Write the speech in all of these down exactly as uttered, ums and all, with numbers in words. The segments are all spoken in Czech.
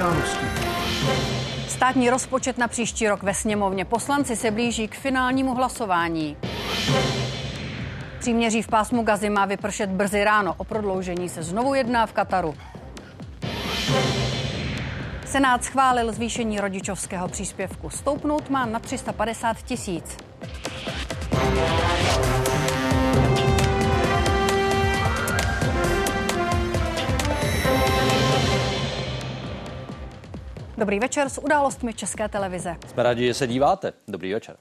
události. Státní rozpočet na příští rok ve sněmovně. Poslanci se blíží k finálnímu hlasování. Příměří v pásmu Gazy má vypršet brzy ráno. O prodloužení se znovu jedná v Kataru. Senát schválil zvýšení rodičovského příspěvku. Stoupnout má na tři sta padesát tisíc. Dobrý večer s událostmi České televize. Jsme rádi, že se díváte. Dobrý večer.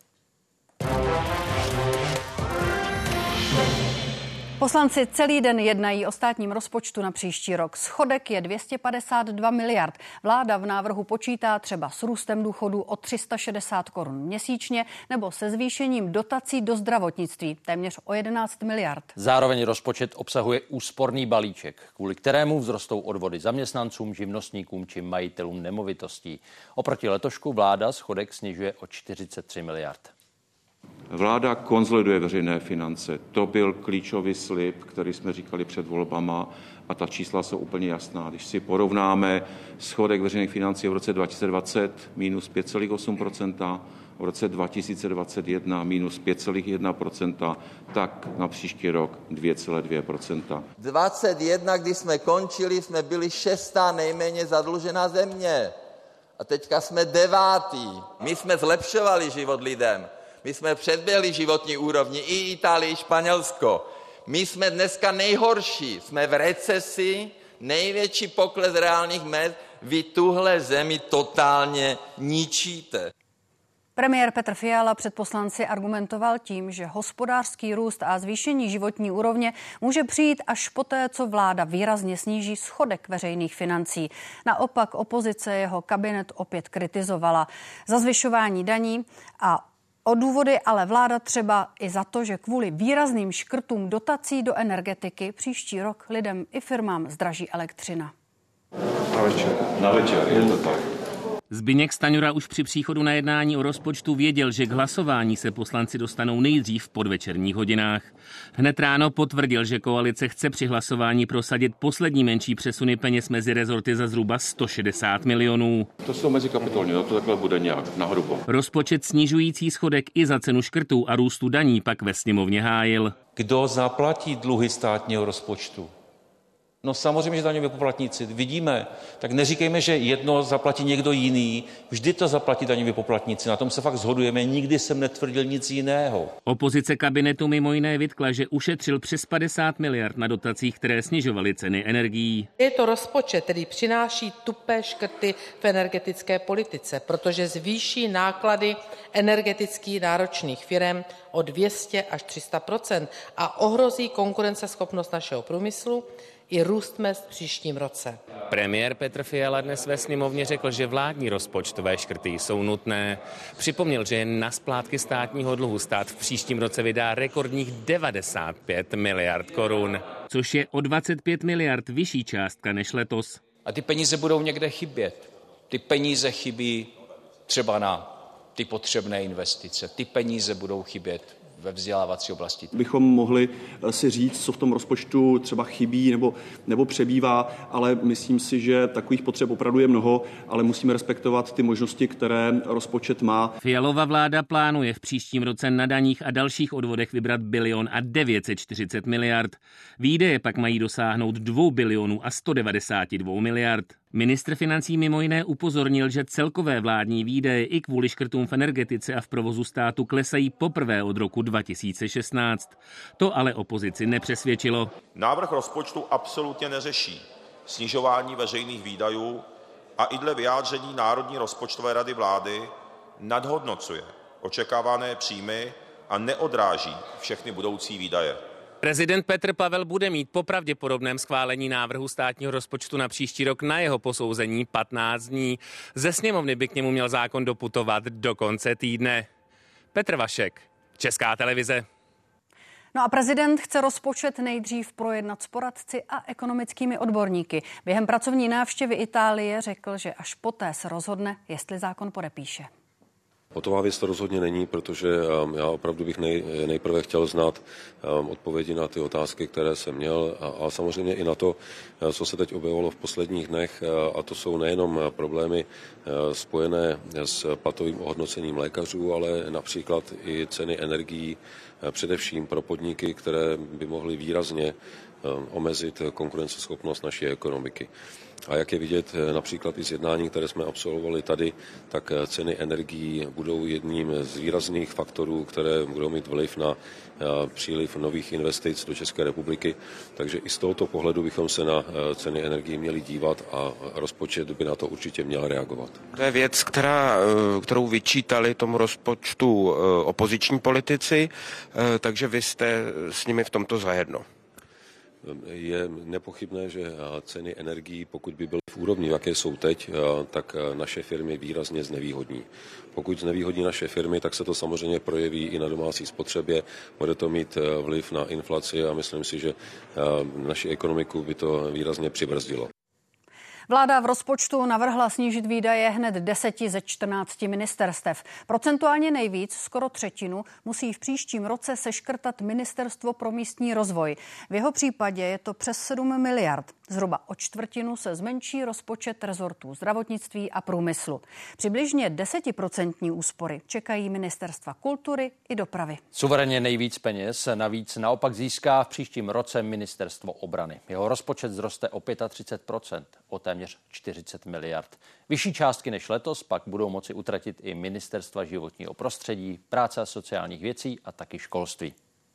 Poslanci celý den jednají o státním rozpočtu na příští rok. Schodek je dvě stě padesát dva miliard. Vláda v návrhu počítá třeba s růstem důchodů o tři sta šedesát korun měsíčně nebo se zvýšením dotací do zdravotnictví téměř o jedenáct miliard. Zároveň rozpočet obsahuje úsporný balíček, kvůli kterému vzrostou odvody zaměstnancům, živnostníkům či majitelům nemovitostí. Oproti letošku vláda schodek snižuje o čtyřicet tři miliard. Vláda konsoliduje veřejné finance. To byl klíčový slib, který jsme říkali před volbama a ta čísla jsou úplně jasná. Když si porovnáme schodek veřejných financí v roce dva tisíce dvacet minus pět celá osm procenta, v roce dva tisíce dvacet jedna minus pět celá jedna procenta, tak na příští rok dvě celá dvě procenta. dvacet jedna, když jsme končili, jsme byli šestá nejméně zadlužená země. A teďka jsme devátý. My jsme zlepšovali život lidem. My jsme předběhli životní úrovni i Itálii, i Španělsko. My jsme dneska nejhorší, jsme v recesi, největší pokles reálných mezd. Vy tuhle zemi totálně ničíte. Premiér Petr Fiala před poslanci argumentoval tím, že hospodářský růst a zvýšení životní úrovně může přijít až poté, co vláda výrazně sníží schodek veřejných financí. Naopak opozice jeho kabinet opět kritizovala za zvyšování daní a o důvody ale vláda třeba i za to, že kvůli výrazným škrtům dotací do energetiky příští rok lidem i firmám zdraží elektřina. Na večer, na večer, je to tak. Zbyněk Stanjura už při příchodu na jednání o rozpočtu věděl, že k hlasování se poslanci dostanou nejdřív v podvečerních hodinách. Hned ráno potvrdil, že koalice chce při hlasování prosadit poslední menší přesuny peněz mezi rezorty za zhruba sto šedesát milionů. To jsou mezikapitolní, no to takhle bude nějak nahrubo. Rozpočet snižující schodek i za cenu škrtů a růstu daní pak ve sněmovně hájil. Kdo zaplatí dluhy státního rozpočtu? No samozřejmě, že daňoví poplatníci, vidíme. Tak neříkejme, že jedno zaplatí někdo jiný, vždy to zaplatí daňoví poplatníci. Na tom se fakt shodujeme, nikdy jsem netvrdil nic jiného. Opozice kabinetu mimo jiné vytkla, že ušetřil přes padesát miliard na dotacích, které snižovaly ceny energií. Je to rozpočet, který přináší tupé škrty v energetické politice, protože zvýší náklady energeticky náročných firem o dvě stě až tři sta procent a ohrozí konkurenceschopnost našeho průmyslu i růst mezd v příštím roce. Premiér Petr Fiala dnes ve sněmovně řekl, že vládní rozpočtové škrty jsou nutné. Připomněl, že jen na splátky státního dluhu stát v příštím roce vydá rekordních devadesát pět miliard korun, což je o dvacet pět miliard vyšší částka než letos. A ty peníze budou někde chybět. Ty peníze chybí třeba na ty potřebné investice. Ty peníze budou chybět ve vzdělávací oblasti. Bychom mohli si říct, co v tom rozpočtu třeba chybí nebo, nebo přebývá, ale myslím si, že takových potřeb opravdu je mnoho, ale musíme respektovat ty možnosti, které rozpočet má. Fialova vláda plánuje v příštím roce na daních a dalších odvodech vybrat bilion a devět set čtyřicet miliard. Výdaje pak mají dosáhnout dvou bilionů a sto devadesát dva miliard. Ministr financí mimo jiné upozornil, že celkové vládní výdaje i kvůli škrtům v energetice a v provozu státu klesají poprvé od roku dva tisíce šestnáct. To ale opozici nepřesvědčilo. Návrh rozpočtu absolutně neřeší snižování veřejných výdajů a i dle vyjádření Národní rozpočtové rady vlády nadhodnocuje očekávané příjmy a neodráží všechny budoucí výdaje. Prezident Petr Pavel bude mít po pravděpodobném schválení návrhu státního rozpočtu na příští rok na jeho posouzení patnáct dní. Ze sněmovny by k němu měl zákon doputovat do konce týdne. Petr Vašek, Česká televize. No a prezident chce rozpočet nejdřív projednat s poradci a ekonomickými odborníky. Během pracovní návštěvy Itálie řekl, že až poté se rozhodne, jestli zákon podepíše. Hotová věc to rozhodně není, protože já opravdu bych nej, nejprve chtěl znát odpovědi na ty otázky, které jsem měl a, a samozřejmě i na to, co se teď objevilo v posledních dnech, a to jsou nejenom problémy spojené s platovým ohodnocením lékařů, ale například i ceny energií, především pro podniky, které by mohly výrazně omezit konkurenceschopnost naší ekonomiky. A jak je vidět například i z jednání, které jsme absolvovali tady, tak ceny energií budou jedním z výrazných faktorů, které budou mít vliv na příliv nových investic do České republiky. Takže i z tohoto pohledu bychom se na ceny energií měli dívat a rozpočet by na to určitě měl reagovat. To je věc, která, kterou vyčítali tomu rozpočtu opoziční politici, takže vy jste s nimi v tomto zajedno. Je nepochybné, že ceny energií, pokud by byly v úrovni, jaké jsou teď, tak naše firmy výrazně znevýhodní. Pokud znevýhodní naše firmy, tak se to samozřejmě projeví i na domácí spotřebě, bude to mít vliv na inflaci a myslím si, že naši ekonomiku by to výrazně přibrzdilo. Vláda v rozpočtu navrhla snížit výdaje hned deseti ze čtrnácti ministerstev. Procentuálně nejvíc, skoro třetinu, musí v příštím roce seškrtat Ministerstvo pro místní rozvoj. V jeho případě je to přes sedm miliard. Zhruba o čtvrtinu se zmenší rozpočet rezortů zdravotnictví a průmyslu. Přibližně desetiprocentní úspory čekají ministerstva kultury i dopravy. Suverénně nejvíc peněz navíc naopak získá v příštím roce Ministerstvo obrany. Jeho rozpočet zroste o třicet pět procent, o téměř čtyřicet miliard. Vyšší částky než letos pak budou moci utratit i ministerstva životního prostředí, práce a sociálních věcí a taky školství.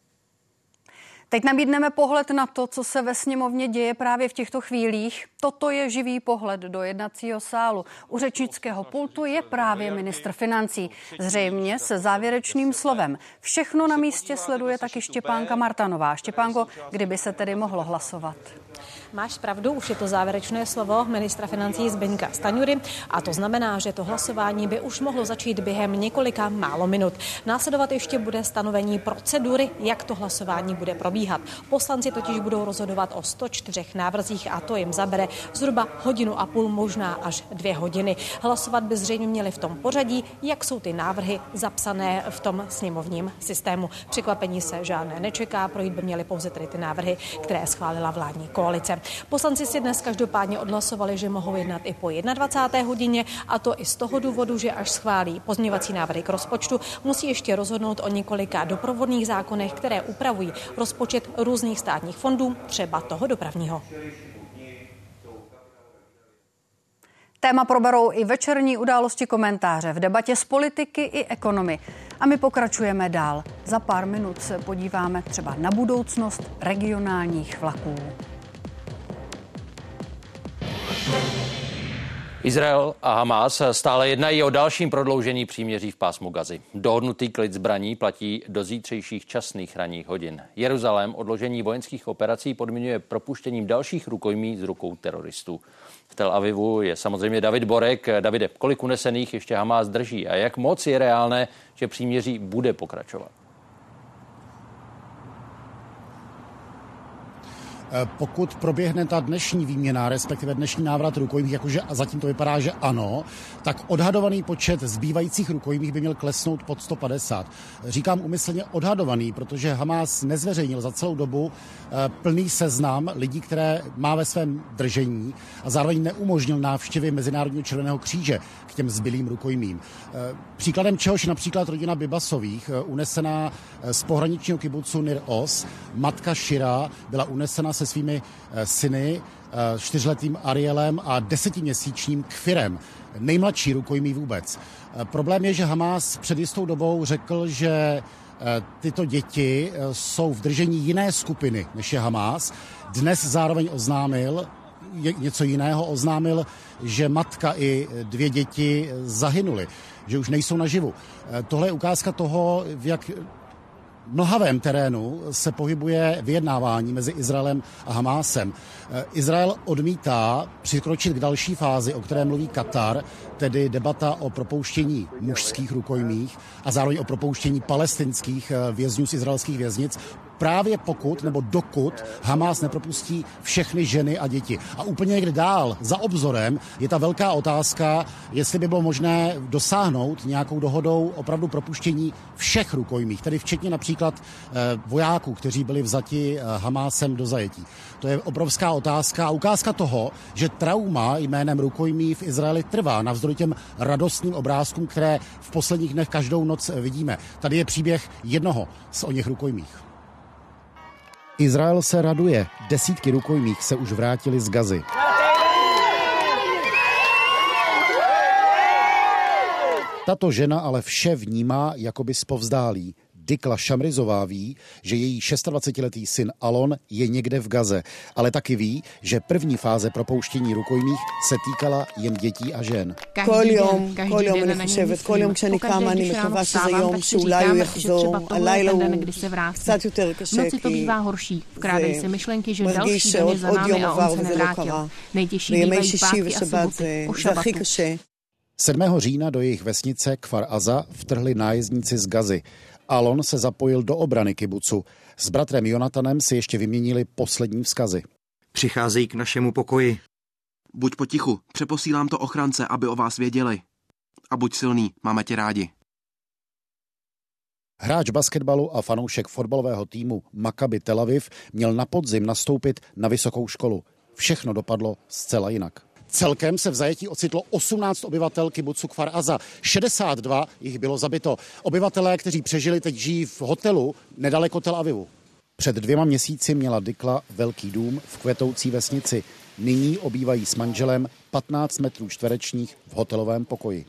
Teď nabídneme pohled na to, co se ve sněmovně děje právě v těchto chvílích. Toto je živý pohled do jednacího sálu. U řečnického pultu je právě ministr financí. Zřejmě se závěrečným slovem. Všechno na místě sleduje taky Štěpánka Martanová. Štěpánko, kdyby se tedy mohlo hlasovat? Máš pravdu, už je to závěrečné slovo ministra financí Zbyňka Stanjury a to znamená, že to hlasování by už mohlo začít během několika málo minut. Následovat ještě bude stanovení procedury, jak to hlasování bude probíhat. Poslanci totiž budou rozhodovat o sto čtyřech návrzích a to jim zabere zhruba hodinu a půl, možná až dvě hodiny. Hlasovat by zřejmě měli v tom pořadí, jak jsou ty návrhy zapsané v tom sněmovním systému. Překvapení se žádné nečeká, projít by měly pouze tedy ty návrhy, které schválila vládní koalice. Poslanci si dnes každopádně odhlasovali, že mohou jednat i po dvacáté jedné hodině a to i z toho důvodu, že až schválí pozměňovací návrhy k rozpočtu, musí ještě rozhodnout o několika doprovodných zákonech, které upravují rozpočet různých státních fondů, třeba toho dopravního. Téma proberou i večerní Události komentáře v debatě s politiky i ekonomy. A my pokračujeme dál. Za pár minut se podíváme třeba na budoucnost regionálních vlaků. Izrael a Hamás stále jednají o dalším prodloužení příměří v pásmu Gazy. Dohodnutý klid zbraní platí do zítřejších časných ranních hodin. Jeruzalém odložení vojenských operací podmiňuje propuštěním dalších rukojmí z rukou teroristů. V Tel Avivu je samozřejmě David Borek. Davide, kolik unesených ještě Hamás drží a jak moc je reálné, že příměří bude pokračovat? Pokud proběhne ta dnešní výměna, respektive dnešní návrat rukojmích, jakože a zatím to vypadá, že ano, tak odhadovaný počet zbývajících rukojmích by měl klesnout pod sto padesát. Říkám úmyslně odhadovaný, protože Hamás nezveřejnil za celou dobu plný seznam lidí, které má ve svém držení a zároveň neumožnil návštěvy Mezinárodního červeného kříže k těm zbylým rukojmím. Příkladem čehož například rodina Bibasových, unesená z pohraničního kibucu Nir Oz, matka Shira byla unesena se svými syny, čtyřletým Arielem a desetiměsíčním Kfirem, nejmladší rukojmí vůbec. Problém je, že Hamás před jistou dobou řekl, že tyto děti jsou v držení jiné skupiny, než je Hamás. Dnes zároveň oznámil něco jiného, oznámil, že matka i dvě děti zahynuly, že už nejsou naživu. Tohle je ukázka toho, v jak mlhavém terénu se pohybuje vyjednávání mezi Izraelem a Hamásem. Izrael odmítá přikročit k další fázi, o které mluví Katar, tedy debata o propouštění mužských rukojmích a zároveň o propouštění palestinských vězňů z izraelských věznic, právě pokud nebo dokud Hamás nepropustí všechny ženy a děti. A úplně někde dál, za obzorem, je ta velká otázka, jestli by bylo možné dosáhnout nějakou dohodou opravdu propuštění všech rukojmích, tedy včetně například vojáků, kteří byli vzati Hamásem do zajetí. To je obrovská otázka a ukázka toho, že trauma jménem rukojmí v Izraeli trvá, navzdory těm radostným obrázkům, které v posledních dnech každou noc vidíme. Tady je příběh jednoho z oněch rukojmích. Izrael se raduje. Desítky rukojmích se už vrátili z Gazy. Tato žena ale vše vnímá jakoby zpovzdálí. Dikla Šamrizová ví, že její dvacetišestiletý syn Alon je někde v Gaze, ale taky ví, že první fáze propouštění rukojmích se týkala jen dětí a žen. Každý den, každý den na ně myslím. Pokaždé, když ráno vstávám, tak si říkám, že třeba tohle je ten den, kdy se vrátí. V noci to bývá horší. Vkrádají si myšlenky, že další den je za námi a on se nevrátil. Nejtěžší bývají pátky a soboty, o šabatu. sedmého října do jejich vesnice Kfar Aza vtrhli nájezdníci z Gazy. Alon se zapojil do obrany kibucu. S bratrem Jonatanem si ještě vyměnili poslední vzkazy. Přicházejí k našemu pokoji. Buď potichu, přeposílám to ochránce, aby o vás věděli. A buď silný, máme tě rádi. Hráč basketbalu a fanoušek fotbalového týmu Maccabi Tel Aviv měl na podzim nastoupit na vysokou školu. Všechno dopadlo zcela jinak. Celkem se v zajetí ocitlo osmnáct obyvatel kibucu Kfar Aza. šedesát dva jich bylo zabito. Obyvatelé, kteří přežili, teď žijí v hotelu nedaleko Tel Avivu. Před dvěma měsíci měla Dikla velký dům v kvetoucí vesnici. Nyní obývají s manželem patnáct metrů čtverečních v hotelovém pokoji.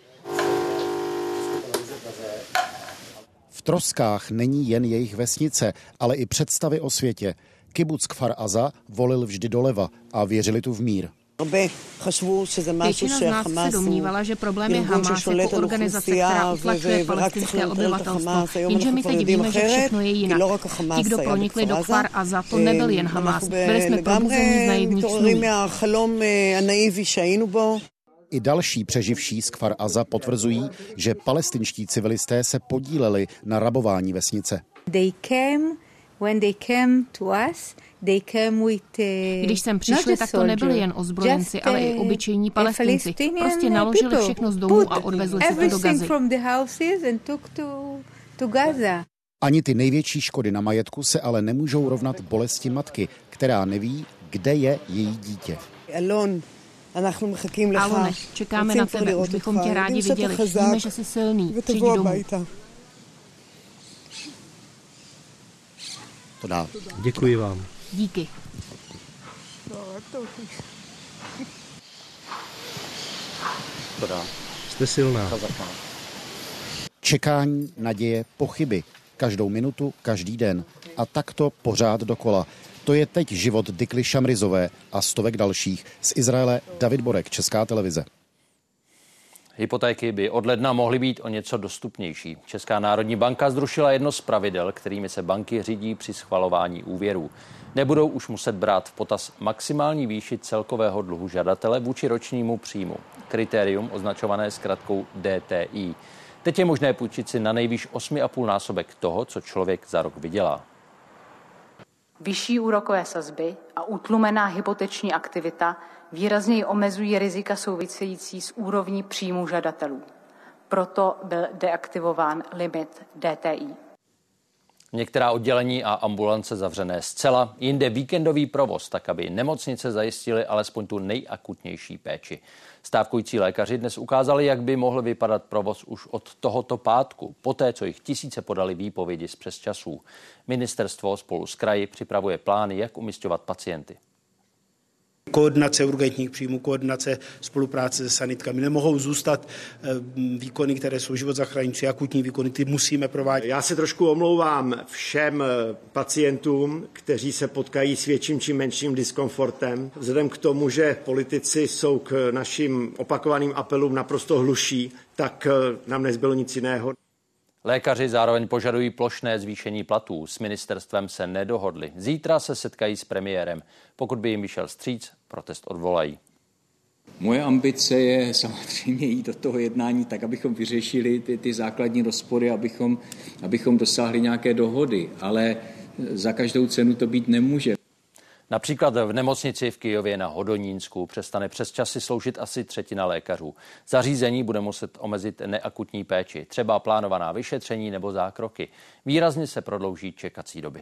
V troskách není jen jejich vesnice, ale i představy o světě. Kibuc Kfar Aza volil vždy doleva a věřili tu v mír. Většina z nás se domnívala, že problém je Hamás jako organizace, která utlačuje palestinské obyvatelstvo. Jenže my teď víme, že všechno je jinak. Ti, kdo pronikli do Kfar Aza, to nebyl jen Hamás. Byli jsme probuzeni z naivních snů. I další přeživší z Kfar Aza potvrzují, že palestinští civilisté se podíleli na rabování vesnice. They came when they came to us. Když sem přišli, tak to nebyli jen ozbrojenci, ale i obyčejní Palestinci. Prostě naložili všechno z domů a odvezli si to do Gazy. Ani ty největší škody na majetku se ale nemůžou rovnat bolesti matky, která neví, kde je její dítě. Alone, čekáme na tebe, už bychom tě rádi viděli. Víme, že jsi silný. Přijď domů. To dá. Děkuji vám. Díky. To dá. Jste silná. Čekání, naděje, pochyby. Každou minutu, každý den. A takto pořád dokola. To je teď život Dikly Šamrizové a stovek dalších. Z Izraele David Borek, Česká televize. Hypotéky by od ledna mohly být o něco dostupnější. Česká národní banka zrušila jedno z pravidel, kterými se banky řídí při schvalování úvěrů. Nebudou už muset brát v potaz maximální výši celkového dluhu žadatele vůči ročnímu příjmu. Kritérium označované zkratkou D T I. Teď je možné půjčit si na nejvýš osm a půl násobek toho, co člověk za rok vydělá. Vyšší úrokové sazby a utlumená hypoteční aktivita výrazněji omezují rizika související s úrovní příjmů žadatelů. Proto byl deaktivován limit D T I. Některá oddělení a ambulance zavřené zcela, jinde víkendový provoz, tak aby nemocnice zajistily alespoň tu nejakutnější péči. Stávkující lékaři dnes ukázali, jak by mohl vypadat provoz už od tohoto pátku, poté co jich tisíce podali výpovědi z přesčasů. Ministerstvo spolu s kraji připravuje plány, jak umisťovat pacienty. Koordinace urgentních příjmů, koordinace spolupráce se sanitkami. Nemohou zůstat výkony, které jsou život zachraňující, akutní výkony, ty musíme provádět. Já se trošku omlouvám všem pacientům, kteří se potkají s větším či menším diskomfortem. Vzhledem k tomu, že politici jsou k našim opakovaným apelům naprosto hluší, tak nám nezbylo nic jiného. Lékaři zároveň požadují plošné zvýšení platů. S ministerstvem se nedohodli. Zítra se setkají s premiérem. Pokud by jim vyšel vstříc, protest odvolají. Moje ambice je samozřejmě jít do toho jednání tak, abychom vyřešili ty, ty základní rozpory, abychom, abychom dosáhli nějaké dohody, ale za každou cenu to být nemůže. Například v nemocnici v Kyjově na Hodonínsku přestane přes časy sloužit asi třetina lékařů. Zařízení bude muset omezit neakutní péči, třeba plánovaná vyšetření nebo zákroky. Výrazně se prodlouží čekací doby.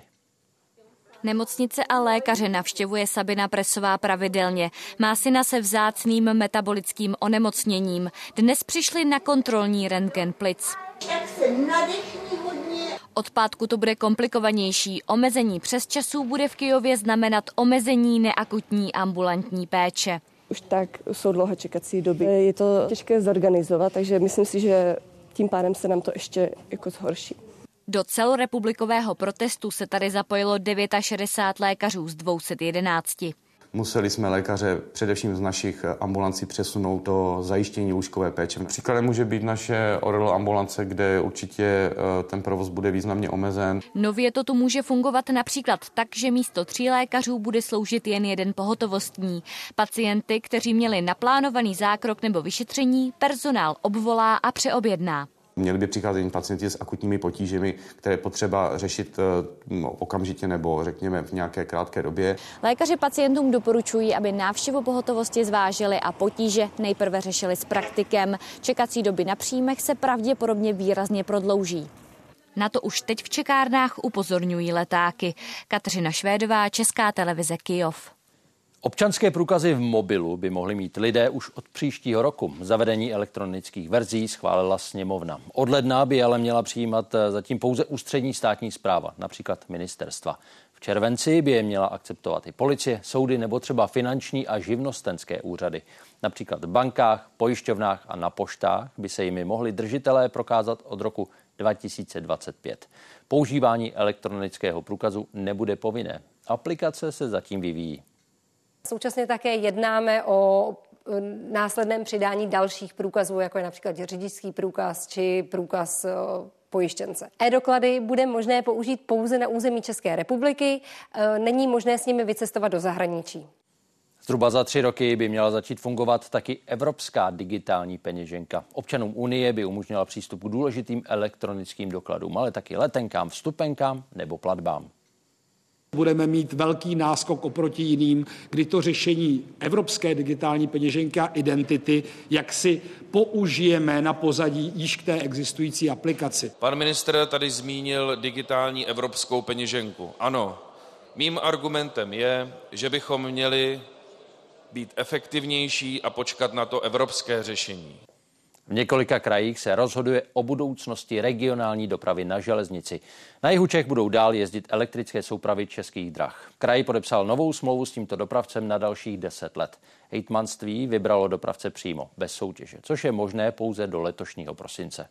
Nemocnice a lékaře navštěvuje Sabina Presová pravidelně. Má syna se vzácným metabolickým onemocněním. Dnes přišli na kontrolní rentgen plic. Jak se nadechní hodně. Od pátku to bude komplikovanější. Omezení přesčasů bude v Kyjově znamenat omezení neakutní ambulantní péče. Už tak jsou dlouhé čekací doby. Je to těžké zorganizovat, takže myslím si, že tím pádem se nám to ještě jako zhorší. Do celorepublikového protestu se tady zapojilo šedesát devět lékařů z dvě stě jedenáct. Museli jsme lékaře především z našich ambulancí přesunout do zajištění lůžkové péče. Příkladem může být naše Orelo ambulance, kde určitě ten provoz bude významně omezen. Nově to tu může fungovat například tak, že místo tří lékařů bude sloužit jen jeden pohotovostní. Pacienty, kteří měli naplánovaný zákrok nebo vyšetření, personál obvolá a přeobjedná. Měli by přicházet pacienti s akutními potížemi, které potřeba řešit okamžitě nebo řekněme v nějaké krátké době. Lékaři pacientům doporučují, aby návštěvu pohotovosti zvážili a potíže nejprve řešili s praktikem. Čekací doby na příjmech se pravděpodobně výrazně prodlouží. Na to už teď v čekárnách upozorňují letáky. Kateřina Švédová, Česká televize Kyjov. Občanské průkazy v mobilu by mohli mít lidé už od příštího roku. Zavedení elektronických verzí schválila sněmovna. Od ledna by ale měla přijímat zatím pouze ústřední státní správa, například ministerstva. V červenci by je měla akceptovat i policie, soudy nebo třeba finanční a živnostenské úřady. Například v bankách, pojišťovnách a na poštách by se jimi mohli držitelé prokázat od roku dva tisíce dvacet pět. Používání elektronického průkazu nebude povinné. Aplikace se zatím vyvíjí. Současně také jednáme o následném přidání dalších průkazů, jako je například řidičský průkaz či průkaz pojištěnce. E-doklady bude možné použít pouze na území České republiky, není možné s nimi vycestovat do zahraničí. Zhruba za tři roky by měla začít fungovat taky evropská digitální peněženka. Občanům Unie by umožnila přístup k důležitým elektronickým dokladům, ale taky letenkám, vstupenkám nebo platbám. Budeme mít velký náskok oproti jiným, kdy to řešení evropské digitální peněženky a identity, jak si použijeme na pozadí již k té existující aplikaci. Pan ministr tady zmínil digitální evropskou peněženku. Ano, mým argumentem je, že bychom měli být efektivnější a počkat na to evropské řešení. V několika krajích se rozhoduje o budoucnosti regionální dopravy na železnici. Na jihu Čech budou dál jezdit elektrické soupravy Českých drah. Kraj podepsal novou smlouvu s tímto dopravcem na dalších deset let. Hejtmanství vybralo dopravce přímo, bez soutěže, což je možné pouze do letošního prosince.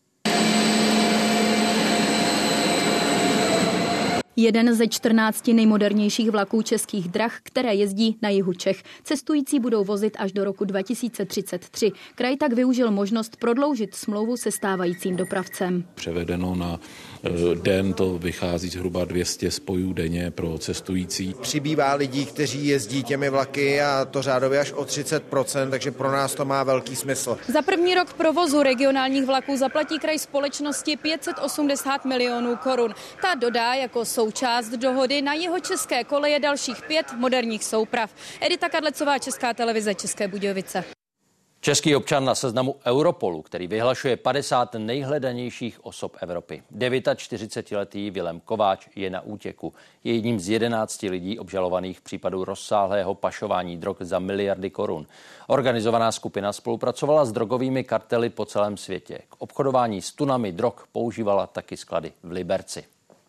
Jeden ze čtrnácti nejmodernějších vlaků Českých drah, které jezdí na jihu Čech. Cestující budou vozit až do roku dva tisíce třicet tři. Kraj tak využil možnost prodloužit smlouvu se stávajícím dopravcem. Převedeno na den to vychází zhruba dvě stě spojů denně pro cestující. Přibývá lidí, kteří jezdí těmi vlaky a to řádově až o třicet procent, takže pro nás to má velký smysl. Za první rok provozu regionálních vlaků zaplatí kraj společnosti pět set osmdesát milionů korun. Ta dodá jako součást dohody na jihočeské koleje dalších pět moderních souprav. Edita Kadlecová, Česká televize, České Budějovice. Český občan na seznamu Europolu, který vyhlašuje padesát nejhledanějších osob Evropy. čtyřicetidevítiletý Vilém Kováč je na útěku. Je jedním z jedenácti lidí obžalovaných v případu rozsáhlého pašování drog za miliardy korun. Organizovaná skupina spolupracovala s drogovými kartely po celém světě. K obchodování s tunami drog používala taky sklady v Liberci.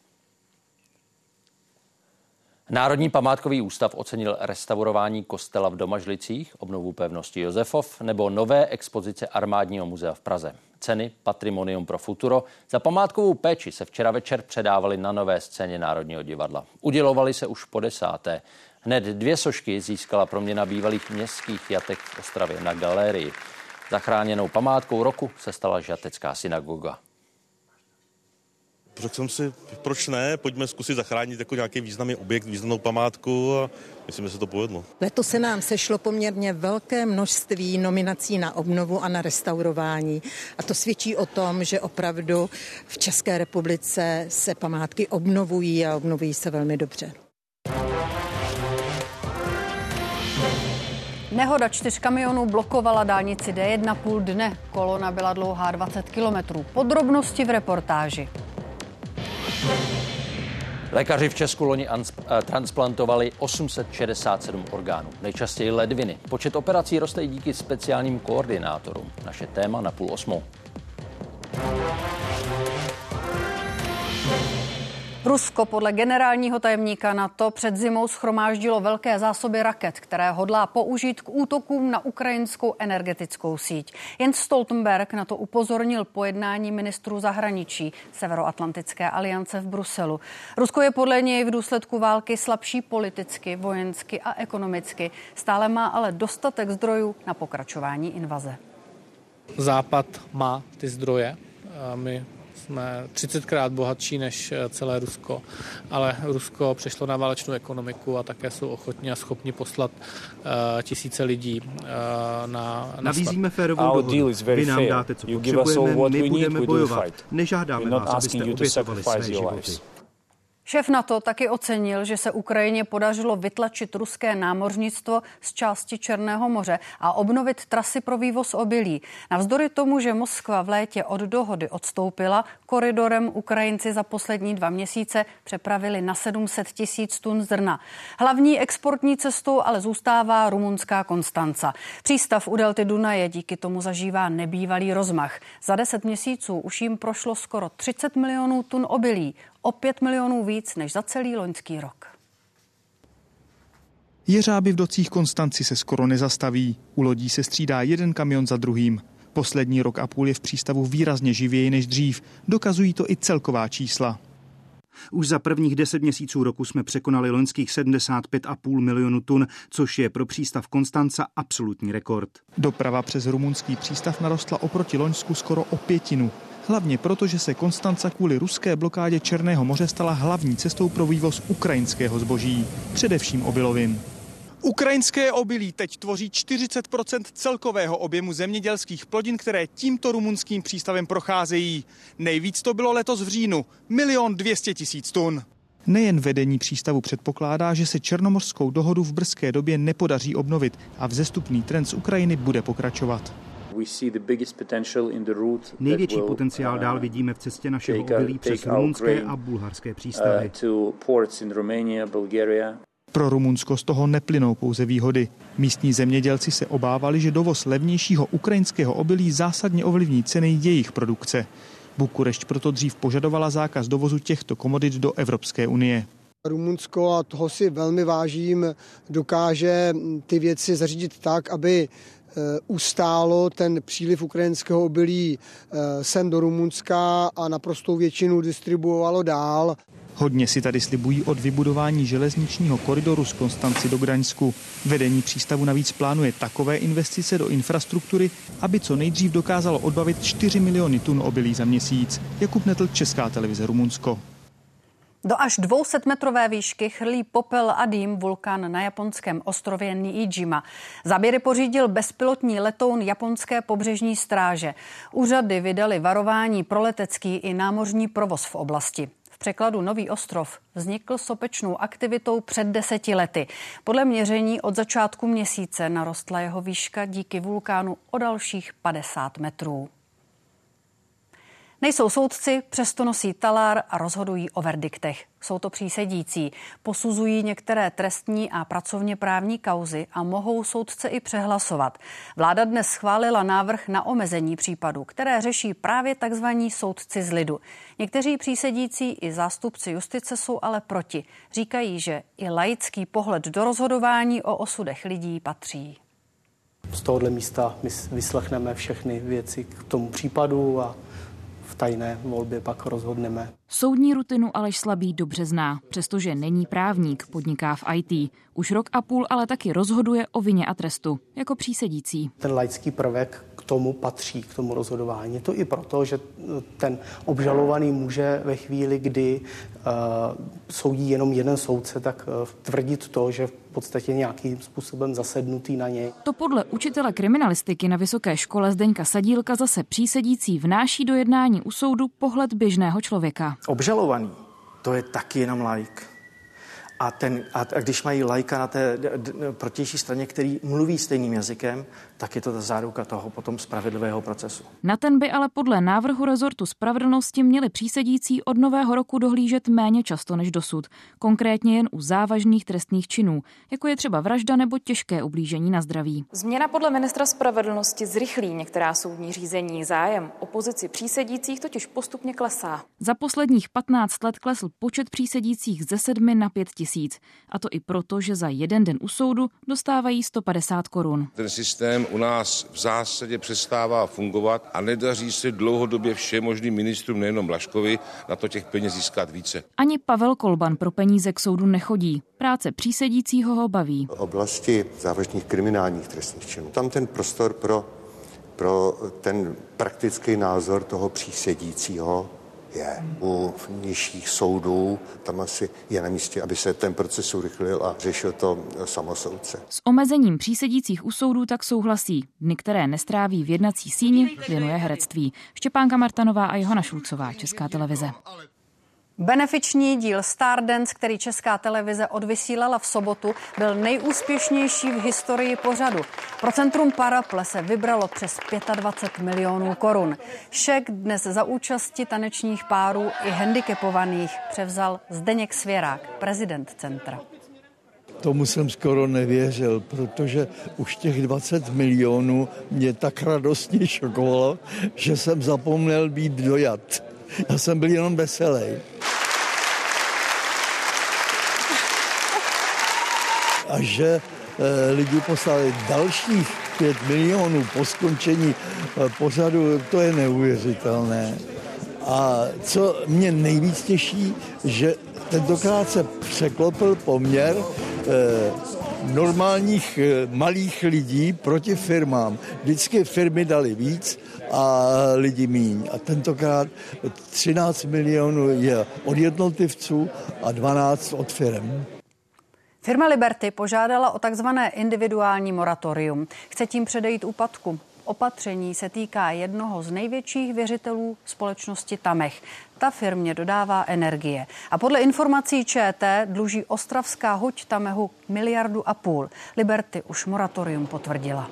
Národní památkový ústav ocenil restaurování kostela v Domažlicích, obnovu pevnosti Josefov nebo nové expozice Armádního muzea v Praze. Ceny Patrimonium pro futuro za památkovou péči se včera večer předávaly na Nové scéně Národního divadla. Udělovaly se už po desáté. Hned dvě sošky získala proměna bývalých městských jatek v Ostravě na galerii. Zachráněnou památkou roku se stala žatecká synagoga. Řekl jsem si, proč ne, pojďme zkusit zachránit jako nějaký významný objekt, významnou památku a myslím, že se to povedlo. Letos se nám sešlo poměrně velké množství nominací na obnovu a na restaurování a to svědčí o tom, že opravdu v České republice se památky obnovují a obnovují se velmi dobře. Nehoda čtyř kamionů blokovala dálnici D jedna půl dne. Kolona byla dlouhá dvacet kilometrů. Podrobnosti v reportáži. Lékaři v Česku loni transplantovali osm set šedesát sedm orgánů, nejčastěji ledviny. Počet operací roste i díky speciálním koordinátorům. Naše téma na půl osmou. Rusko podle generálního tajemníka NATO před zimou shromáždilo velké zásoby raket, které hodlá použít k útokům na ukrajinskou energetickou síť. Jens Stoltenberg na to upozornil po jednání ministrů zahraničí Severoatlantické aliance v Bruselu. Rusko je podle něj v důsledku války slabší politicky, vojensky a ekonomicky. Stále má ale dostatek zdrojů na pokračování invaze. Západ má ty zdroje. My jsme třicetkrát bohatší než celé Rusko, ale Rusko přešlo na válečnou ekonomiku a také jsou ochotní a schopni poslat uh, tisíce lidí uh, na, na Nabízíme férovou dohodu. Vy nám dáte, co potřebujeme, my budeme bojovat. Nežádáme vás, abyste obětovali své životy. Šéf NATO taky ocenil, že se Ukrajině podařilo vytlačit ruské námořnictvo z části Černého moře a obnovit trasy pro vývoz obilí. Navzdory tomu, že Moskva v létě od dohody odstoupila, koridorem Ukrajinci za poslední dva měsíce přepravili na sedm set tisíc tun zrna. Hlavní exportní cestou ale zůstává rumunská Konstanca. Přístav u delty Dunaje díky tomu zažívá nebývalý rozmach. Za deset měsíců už jim prošlo skoro třicet milionů tun obilí. O pět milionů víc než za celý loňský rok. Jeřáby v docích Konstanci se skoro nezastaví. U lodí se střídá jeden kamion za druhým. Poslední rok a půl je v přístavu výrazně živěji než dřív. Dokazují to i celková čísla. Už za prvních deset měsíců roku jsme překonali loňských sedmdesát pět a půl milionu tun, což je pro přístav Konstanca absolutní rekord. Doprava přes rumunský přístav narostla oproti loňsku skoro o pětinu. Hlavně proto, že se Konstanca kvůli ruské blokádě Černého moře stala hlavní cestou pro vývoz ukrajinského zboží, především obilovin. Ukrajinské obilí teď tvoří čtyřicet procent celkového objemu zemědělských plodin, které tímto rumunským přístavem procházejí. Nejvíc to bylo letos v říjnu, milion dvěstě tisíc tun. Nejen vedení přístavu předpokládá, že se černomořskou dohodu v brzké době nepodaří obnovit a vzestupný trend z Ukrajiny bude pokračovat. Největší potenciál dál vidíme v cestě našeho obilí přes rumunské a bulharské přístavy. Pro Rumunsko z toho neplynou pouze výhody. Místní zemědělci se obávali, že dovoz levnějšího ukrajinského obilí zásadně ovlivní ceny jejich produkce. Bukurešť proto dřív požadovala zákaz dovozu těchto komodit do Evropské unie. Rumunsko, a toho si velmi vážím, dokáže ty věci zařídit tak, aby ustálo ten příliv ukrajinského obilí sem do Rumunska a naprostou většinu distribuovalo dál. Hodně si tady slibují od vybudování železničního koridoru z Konstanci do Gdaňsku. Vedení přístavu navíc plánuje takové investice do infrastruktury, aby co nejdřív dokázalo odbavit čtyři miliony tun obilí za měsíc. Jakub Netl, Česká televize Rumunsko. Do až dvousetmetrové výšky chrlí popel a dým vulkán na japonském ostrově Niijima. Záběry pořídil bezpilotní letoun japonské pobřežní stráže. Úřady vydali varování pro letecký i námořní provoz v oblasti. V překladu Nový ostrov vznikl sopečnou aktivitou před deseti lety. Podle měření od začátku měsíce narostla jeho výška díky vulkánu o dalších padesát metrů. Nejsou soudci, přesto nosí talár a rozhodují o verdiktech. Jsou to přísedící, posuzují některé trestní a pracovně právní kauzy a mohou soudce i přehlasovat. Vláda dnes schválila návrh na omezení případů, které řeší právě takzvaní soudci z lidu. Někteří přísedící i zástupci justice jsou ale proti. Říkají, že i laický pohled do rozhodování o osudech lidí patří. Z tohohle místa my vyslechneme všechny věci k tomu případu a v tajné volbě pak rozhodneme. Soudní rutinu Aleš Slabý dobře zná, přestože není právník, podniká v í té. Už rok a půl ale taky rozhoduje o vině a trestu, jako přísedící. Ten laický prvek k tomu patří, k tomu rozhodování. Je to i proto, že ten obžalovaný může ve chvíli, kdy uh, soudí jenom jeden soudce, tak uh, tvrdit to, že v podstatě nějakým způsobem zasednutý na něj. To podle učitele kriminalistiky na Vysoké škole Zdeňka Sadílka zase přísedící vnáší do jednání u soudu pohled běžného člověka. Obžalovaný, to je taky jenom laik. A, ten, a když mají laika na té d, d, protější straně, který mluví stejným jazykem, tak je to ta záruka toho potom spravedlivého procesu. Na ten by ale podle návrhu rezortu spravedlnosti měli přísedící od nového roku dohlížet méně často než dosud. Konkrétně jen u závažných trestných činů, jako je třeba vražda nebo těžké ublížení na zdraví. Změna podle ministra spravedlnosti zrychlí některá soudní řízení. Zájem o pozici přísedících totiž postupně klesá. Za posledních patnáct let klesl počet přísedících ze sedmi na pět tisíc. A to i proto, že za jeden den u soudu dostávají sto padesát korun. Ten systém u nás v zásadě přestává fungovat a nedaří se dlouhodobě všem možným ministrům, nejenom Blažkovi, na to těch peněz získat více. Ani Pavel Kolban pro peníze k soudu nechodí. Práce přísedícího ho baví. V oblasti závažných kriminálních trestných činů. Tam ten prostor pro, pro ten praktický názor toho přísedícího je. U nižších soudů tam asi je na místě, aby se ten proces urychlil a řešil to samosoudce. S omezením přísedících u soudů tak souhlasí. Dny, které nestráví v jednací síni, věnuje herectví. Štěpánka Martanová a Johana Šulcová, Česká televize. Benefiční díl Stardance, který Česká televize odvysílala v sobotu, byl nejúspěšnější v historii pořadu. Pro Centrum Paraple se vybralo přes dvacet pět milionů korun. Šek dnes za účasti tanečních párů i handicapovaných převzal Zdeněk Svěrák, prezident centra. Tomu jsem skoro nevěřil, protože už těch dvacet milionů mě tak radostně šokovalo, že jsem zapomněl být dojat. Já jsem byl jenom veselý. A že e, lidi poslali dalších pět milionů po skončení e, pořadu, to je neuvěřitelné. A co mě nejvíc těší, že tentokrát se překlopil poměr e, normálních e, malých lidí proti firmám. Vždycky firmy dali víc a lidi míň. A tentokrát třináct milionů je od jednotlivců a dvanáct od firm. Firma Liberty požádala o takzvané individuální moratorium. Chce tím předejít úpadku. Opatření se týká jednoho z největších věřitelů společnosti Tamech. Ta firmě dodává energie. A podle informací ČT dluží ostravská huť Tamehu miliardu a půl. Liberty už moratorium potvrdila.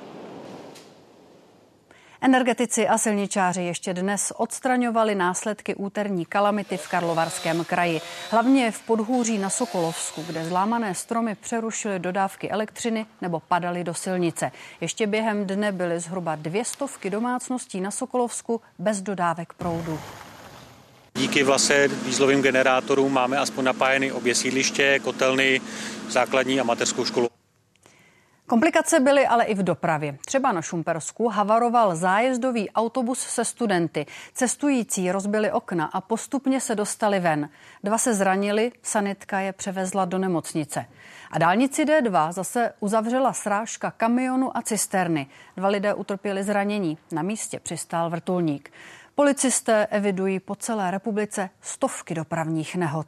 Energetici a silničáři ještě dnes odstraňovali následky úterní kalamity v Karlovarském kraji. Hlavně v Podhůří na Sokolovsku, kde zlámané stromy přerušily dodávky elektřiny nebo padaly do silnice. Ještě během dne byly zhruba dvě stovky domácností na Sokolovsku bez dodávek proudu. Díky vlastně dieselovým generátorům máme aspoň napájeny obě sídliště, kotelny, základní a mateřskou školu. Komplikace byly ale i v dopravě. Třeba na Šumpersku havaroval zájezdový autobus se studenty. Cestující rozbili okna a postupně se dostali ven. Dva se zranili, sanitka je převezla do nemocnice. A dálnici D dva zase uzavřela srážka kamionu a cisterny. Dva lidé utrpěli zranění. Na místě přistál vrtulník. Policisté evidují po celé republice stovky dopravních nehod.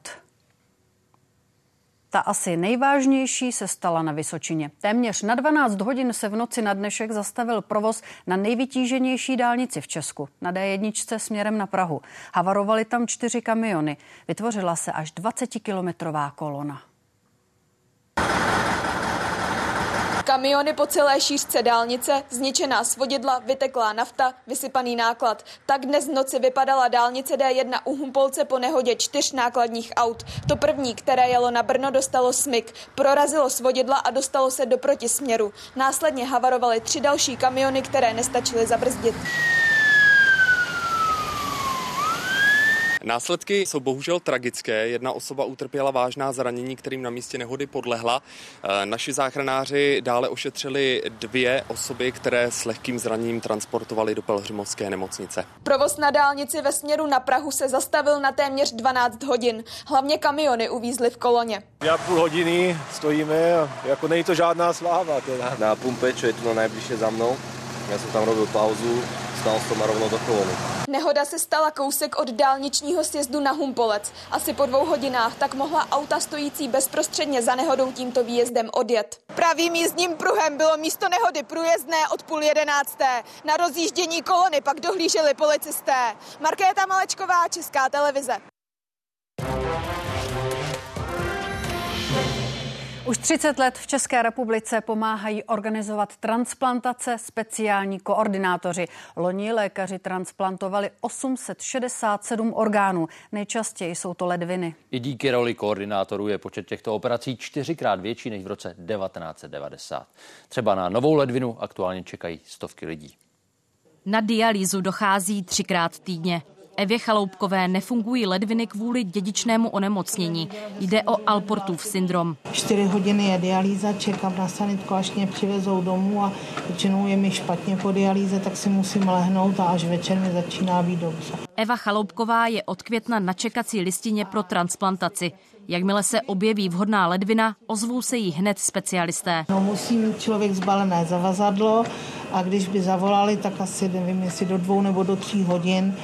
Ta asi nejvážnější se stala na Vysočině. Téměř na dvanáct hodin se v noci na dnešek zastavil provoz na nejvytíženější dálnici v Česku, na D jedna směrem na Prahu. Havarovaly tam čtyři kamiony. Vytvořila se až dvacetikilometrová kolona. Kamiony po celé šířce dálnice, zničená svodidla, vyteklá nafta, vysypaný náklad. Tak dnes v noci vypadala dálnice D jedna u Humpolce po nehodě čtyř nákladních aut. To první, které jelo na Brno, dostalo smyk, prorazilo svodidla a dostalo se do protisměru. Následně havarovaly tři další kamiony, které nestačily zabrzdit. Následky jsou bohužel tragické. Jedna osoba utrpěla vážná zranění, kterým na místě nehody podlehla. Naši záchranáři dále ošetřili dvě osoby, které s lehkým zraněním transportovali do pelhřimovské nemocnice. Provoz na dálnici ve směru na Prahu se zastavil na téměř dvanáct hodin. Hlavně kamiony uvízly v koloně. Já půl hodiny stojíme a jako není to žádná sláva. Teda. Na pumpe, čo je tu najbližšie za mnou. Já jsem tam robil pauzu, stál jsem rovnou do kolony. Nehoda se stala kousek od dálničního sjezdu na Humpolec. Asi po dvou hodinách tak mohla auta stojící bezprostředně za nehodou tímto výjezdem odjet. Pravým jízdním pruhem bylo místo nehody průjezdné od půl jedenácté. Na rozjíždění kolony pak dohlíželi policisté. Markéta Malečková, Česká televize. Už třicet let v České republice pomáhají organizovat transplantace speciální koordinátoři. Loni lékaři transplantovali osm set šedesát sedm orgánů. Nejčastěji jsou to ledviny. I díky roli koordinátorů je počet těchto operací čtyřikrát větší než v roce devatenáct set devadesát. Třeba na novou ledvinu aktuálně čekají stovky lidí. Na dialýzu dochází třikrát týdně. Evě Chaloupkové nefungují ledviny kvůli dědičnému onemocnění. Jde o Alportův syndrom. Čtyři hodiny je dialýza, čekám na sanitku, až mě přivezou domů a většinou je mi špatně po dialýze, tak si musím lehnout a až večer mi začíná být dobře. Eva Chaloupková je od května na čekací listině pro transplantaci. Jakmile se objeví vhodná ledvina, ozvou se jí hned specialisté. No, musí mít člověk zbalené zavazadlo a když by zavolali, tak asi nevím, jestli do dvou nebo do tří hodin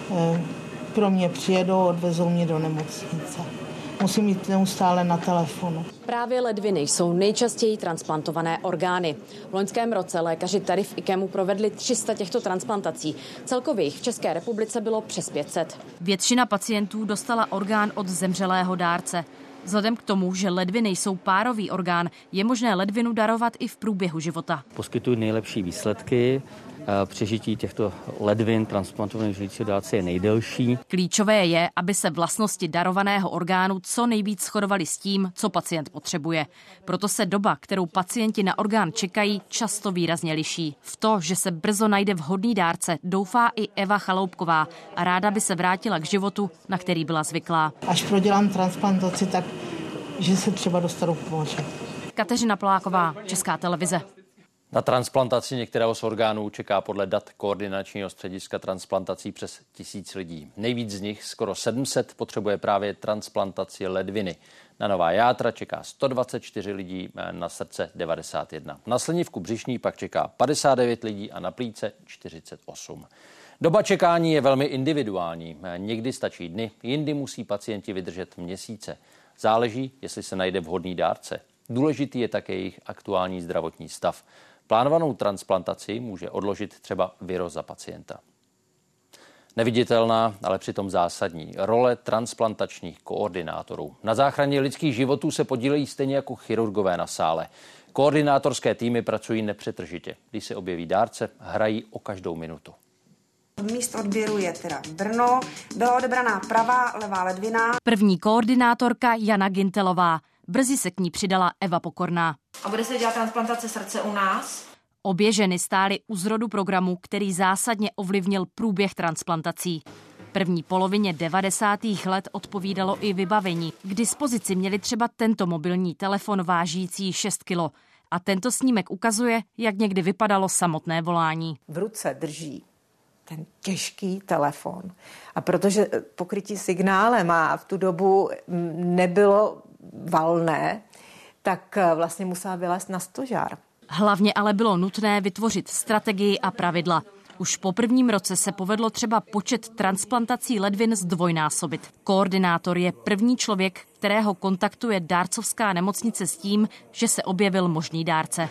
pro mě přijedou, odvezou mě do nemocnice. Musím mít neustále na telefonu. Právě ledviny jsou nejčastěji transplantované orgány. V loňském roce lékaři tady v IKEMu provedli tři sta těchto transplantací. Celkově jich v České republice bylo přes pět set. Většina pacientů dostala orgán od zemřelého dárce. Vzhledem k tomu, že ledviny jsou párový orgán, je možné ledvinu darovat i v průběhu života. Poskytují nejlepší výsledky. Přežití těchto ledvin transplantovaných žijícího dárce je nejdelší. Klíčové je, aby se vlastnosti darovaného orgánu co nejvíc shodovaly s tím, co pacient potřebuje. Proto se doba, kterou pacienti na orgán čekají, často výrazně liší. V to, že se brzo najde vhodný dárce, doufá i Eva Chaloupková a ráda by se vrátila k životu, na který byla zvyklá. Až prodělám transplantaci, tak že se třeba dostanu k moři. Kateřina Poláková, Česká televize. Na transplantaci některého z orgánů čeká podle dat koordinačního střediska transplantací přes tisíc lidí. Nejvíc z nich, skoro sedm set, potřebuje právě transplantaci ledviny. Na nová játra čeká sto dvacet čtyři lidí, na srdce devadesát jedna. Na slinivku břišní pak čeká padesát devět lidí a na plíce čtyřicet osm. Doba čekání je velmi individuální. Někdy stačí dny, jindy musí pacienti vydržet měsíce. Záleží, jestli se najde vhodný dárce. Důležitý je také jejich aktuální zdravotní stav. Plánovanou transplantaci může odložit třeba viróza pacienta. Neviditelná, ale přitom zásadní role transplantačních koordinátorů. Na záchraně lidských životů se podílejí stejně jako chirurgové na sále. Koordinátorské týmy pracují nepřetržitě. Když se objeví dárce, hrají o každou minutu. Místo odběru je teda Brno. Byla odebraná pravá, levá ledvina. První koordinátorka Jana Gintelová. Brzy se k ní přidala Eva Pokorná. A bude se dělat transplantace srdce u nás? Obě ženy stály u zrodu programu, který zásadně ovlivnil průběh transplantací. První polovině devadesátých let odpovídalo i vybavení. K dispozici měli třeba tento mobilní telefon vážící šest kilo. A tento snímek ukazuje, jak někdy vypadalo samotné volání. V ruce drží ten těžký telefon. A protože pokrytí signálem a v tu dobu nebylo valné, tak vlastně musela vylézt na stožár. Hlavně ale bylo nutné vytvořit strategii a pravidla. Už po prvním roce se povedlo třeba počet transplantací ledvin zdvojnásobit. Koordinátor je první člověk, kterého kontaktuje dárcovská nemocnice s tím, že se objevil možný dárce.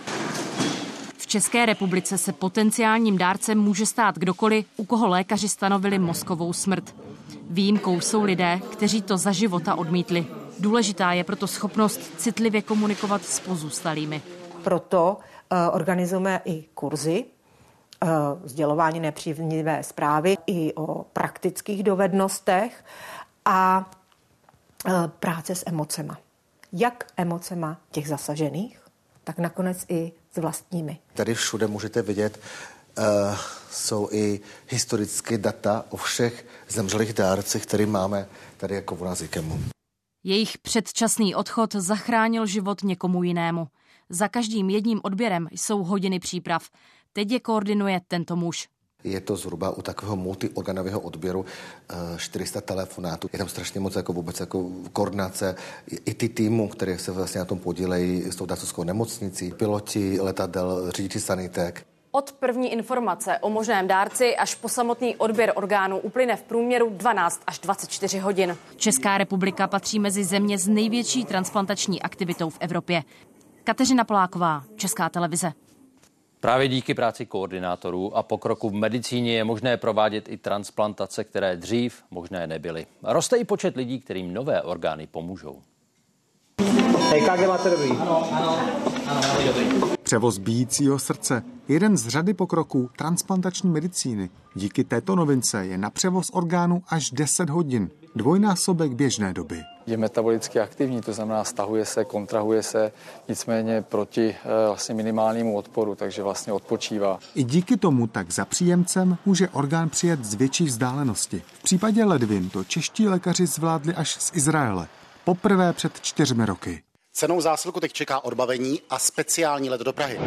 V České republice se potenciálním dárcem může stát kdokoliv, u koho lékaři stanovili mozkovou smrt. Výjimkou jsou lidé, kteří to za života odmítli. Důležitá je proto schopnost citlivě komunikovat s pozůstalými. Proto uh, organizujeme i kurzy, uh, sdělování nepříznivé zprávy, i o praktických dovednostech a uh, práce s emocema. Jak emocema těch zasažených, tak nakonec i s vlastními. Tady všude můžete vidět jsou i historické data o všech zemřelých dárcích, které máme tady jako u nás IKEMu. Jejich předčasný odchod zachránil život někomu jinému. Za každým jedním odběrem jsou hodiny příprav. Teď je koordinuje tento muž. Je to zhruba u takového multiorganového odběru čtyři sta telefonátů. Je tam strašně moc jako vůbec jako koordinace. I ty týmu, které se vlastně na tom podílejí s tou dárcovskou nemocnicí, piloti letadel, řidiči sanitek. Od první informace o možném dárci až po samotný odběr orgánů uplyne v průměru dvanáct až dvacet čtyři hodin. Česká republika patří mezi země s největší transplantační aktivitou v Evropě. Kateřina Poláková, Česká televize. Právě díky práci koordinátorů a pokroku v medicíně je možné provádět i transplantace, které dřív možné nebyly. Roste i počet lidí, kterým nové orgány pomůžou. é ká gé máte dobrý? Ano, ano, ano, dobrý. Převoz bijícího srdce, jeden z řady pokroků transplantační medicíny. Díky této novince je na převoz orgánů až deset hodin, dvojnásobek běžné doby. Je metabolicky aktivní, to znamená stahuje se, kontrahuje se, nicméně proti e, vlastně minimálnímu odporu, takže vlastně odpočívá. I díky tomu tak za příjemcem může orgán přijet z větší vzdálenosti. V případě ledvin to čeští lékaři zvládli až z Izraele. Poprvé před čtyřmi roky. Cenou zásilku teď čeká odbavení a speciální let do Prahy.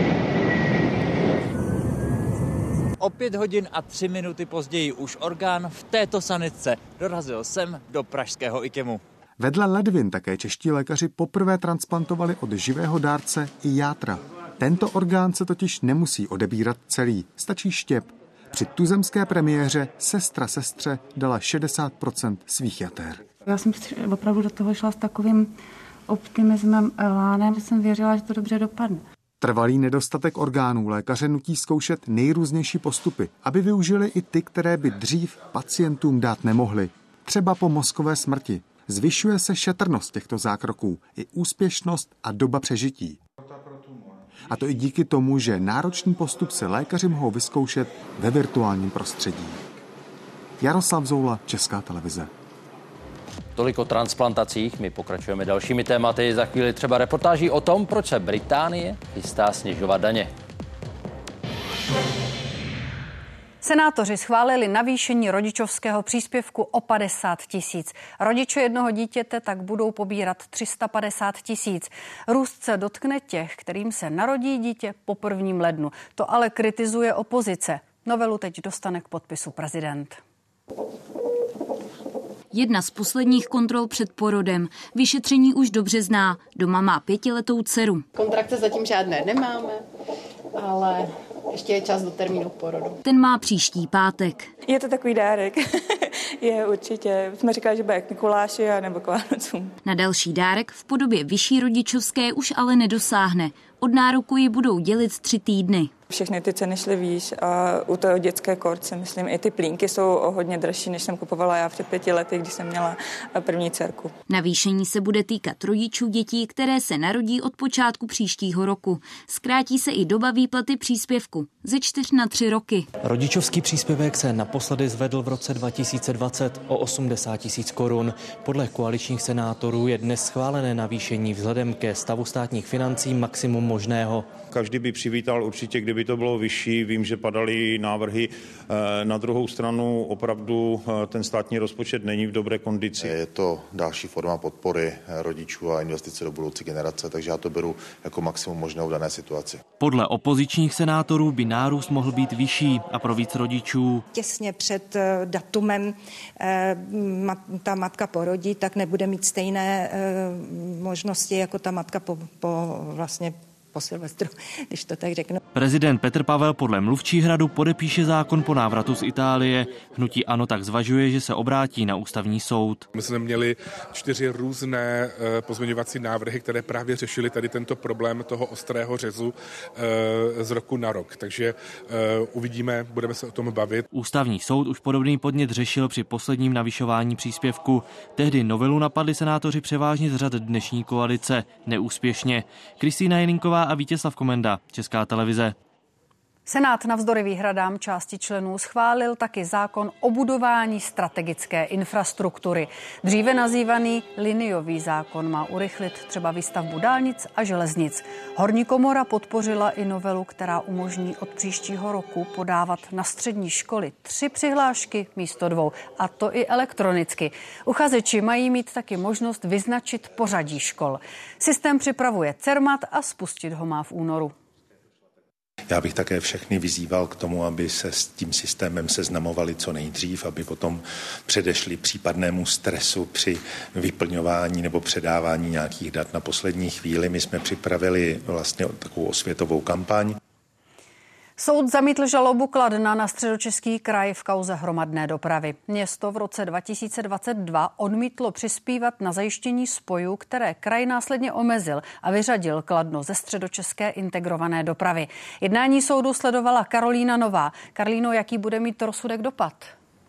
O pět hodin a tři minuty později už orgán v této sanitce dorazil sem do pražského IKEMu. Vedle ledvin také čeští lékaři poprvé transplantovali od živého dárce i játra. Tento orgán se totiž nemusí odebírat celý, stačí štěp. Při tuzemské premiéře sestra sestře dala šedesát procent svých jater. Já jsem opravdu do toho šla s takovým optimismem, elánem, že jsem věřila, že to dobře dopadne. Trvalý nedostatek orgánů lékaře nutí zkoušet nejrůznější postupy, aby využili i ty, které by dřív pacientům dát nemohli. Třeba po mozkové smrti. Zvyšuje se šetrnost těchto zákroků, i úspěšnost a doba přežití. A to i díky tomu, že náročný postup se lékaři mohou vyzkoušet ve virtuálním prostředí. Jaroslav Zoula, Česká televize. Tolik o transplantacích, my pokračujeme dalšími tématy. Za chvíli třeba reportáží o tom, proč se Británie chystá snižovat daně. Senátoři schválili navýšení rodičovského příspěvku o padesát tisíc. Rodiče jednoho dítěte tak budou pobírat tři sta padesát tisíc. Růst se dotkne těch, kterým se narodí dítě po prvním lednu. To ale kritizuje opozice. Novelu teď dostane k podpisu prezident. Jedna z posledních kontrol před porodem. Vyšetření už dobře zná. Doma má pětiletou dceru. Kontrakce zatím žádné nemáme, ale ještě je čas do termínu porodu. Ten má příští pátek. Je to takový dárek. Je určitě. Jsme říkali, že bude k Mikuláši nebo k Vánocům. Na další dárek v podobě vyšší rodičovské už ale nedosáhne. Od nároku ji budou dělit tři týdny. Všechny ty ceny šly výš a u toho dětské korce, myslím, i ty plínky jsou o hodně dražší, než jsem kupovala já před pěti lety, když jsem měla první dcerku. Navýšení se bude týkat rodičů dětí, které se narodí od počátku příštího roku. Zkrátí se i doba výplaty příspěvku ze čtyř na tři roky. Rodičovský příspěvek se naposledy zvedl v roce dva tisíce dvacet o osmdesát tisíc korun. Podle koaličních senátorů je dnes schválené navýšení vzhledem ke stavu státních financí maximum možného. Každý by přivítal určitě, kdyby to bylo vyšší. Vím, že padaly návrhy. Na druhou stranu opravdu ten státní rozpočet není v dobré kondici. Je to další forma podpory rodičů a investice do budoucí generace, takže já to beru jako maximum možného v dané situaci. Podle opozičních senátorů by nárůst mohl být vyšší a pro víc rodičů. Těsně před datumem ta matka porodí, tak nebude mít stejné možnosti jako ta matka po, po vlastně po Silvestru, když to tak řeknu. Prezident Petr Pavel podle mluvčí Hradu podepíše zákon po návratu z Itálie. Hnutí ANO tak zvažuje, že se obrátí na ústavní soud. My jsme měli čtyři různé pozměňovací návrhy, které právě řešily tady tento problém toho ostrého řezu z roku na rok. Takže uvidíme, budeme se o tom bavit. Ústavní soud už podobný podnět řešil při posledním navyšování příspěvku. Tehdy novelu napadli senátoři převážně z řad dnešní koalice. Neúspěšně. Kristýna Jelinková a Vítězslav Komenda, Česká televize. Senát navzdory výhradám části členů schválil taky zákon o budování strategické infrastruktury. Dříve nazývaný liniový zákon má urychlit třeba výstavbu dálnic a železnic. Horní komora podpořila i novelu, která umožní od příštího roku podávat na střední školy tři přihlášky místo dvou, a to i elektronicky. Uchazeči mají mít taky možnost vyznačit pořadí škol. Systém připravuje Cermat a spustit ho má v únoru. Já bych také všechny vyzýval k tomu, aby se s tím systémem seznamovali co nejdřív, aby potom předešli případnému stresu při vyplňování nebo předávání nějakých dat na poslední chvíli. My jsme připravili vlastně takovou osvětovou kampaň. Soud zamítl žalobu Kladna na Středočeský kraj v kauze hromadné dopravy. Město v roce dva tisíce dvacet dva odmítlo přispívat na zajištění spojů, které kraj následně omezil a vyřadil Kladno ze středočeské integrované dopravy. Jednání soudu sledovala Karolína Nová. Karolíno, jaký bude mít rozsudek dopad?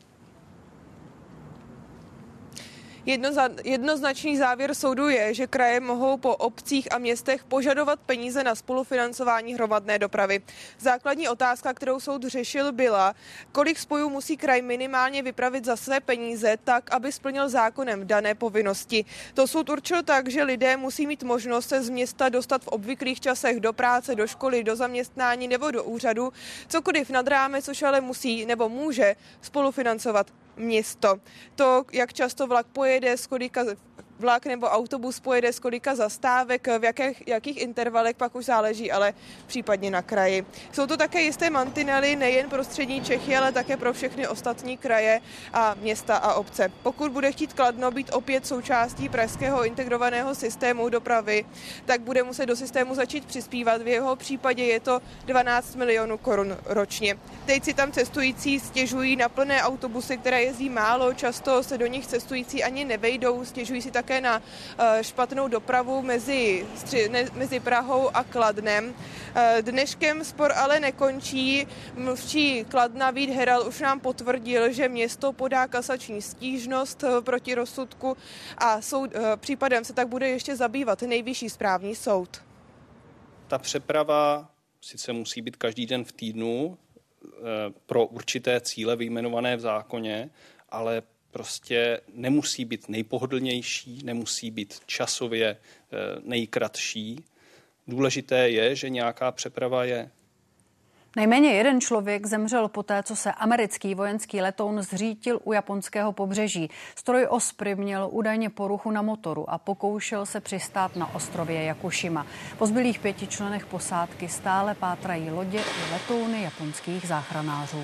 Jednoza, jednoznačný závěr soudu je, že kraje mohou po obcích a městech požadovat peníze na spolufinancování hromadné dopravy. Základní otázka, kterou soud řešil, byla, kolik spojů musí kraj minimálně vypravit za své peníze tak, aby splnil zákonem dané povinnosti. To soud určil tak, že lidé musí mít možnost se z města dostat v obvyklých časech do práce, do školy, do zaměstnání nebo do úřadu. Cokoliv nad rámec, což ale musí nebo může spolufinancovat město. To, jak často vlak pojede, z kolika vlak nebo autobus pojede, z kolika zastávek, v jakých, jakých intervalech, pak už záleží, ale případně na kraji. Jsou to také jisté mantinely nejen pro střední Čechy, ale také pro všechny ostatní kraje a města a obce. Pokud bude chtít Kladno být opět součástí pražského integrovaného systému dopravy, tak bude muset do systému začít přispívat. V jeho případě je to dvanáct milionů korun ročně. Teď si tam cestující stěžují na plné autobusy, které jezdí málo, často se do nich cestující ani nevejdou, stěžují si také na špatnou dopravu mezi, mezi Prahou a Kladnem. Dneškem spor ale nekončí. Mluvčí Kladna Vít Heral už nám potvrdil, že město podá kasační stížnost proti rozsudku a soud, případem se tak bude ještě zabývat Nejvyšší správní soud. Ta přeprava sice musí být každý den v týdnu pro určité cíle vyjmenované v zákoně, ale prostě nemusí být nejpohodlnější, nemusí být časově nejkratší. Důležité je, že nějaká přeprava je. Nejméně jeden člověk zemřel poté, co se americký vojenský letoun zřítil u japonského pobřeží. Stroj Osprey měl údajně poruchu na motoru a pokoušel se přistát na ostrově Jakušima. Po zbylých pěti členech posádky stále pátrají lodě i letouny japonských záchranářů.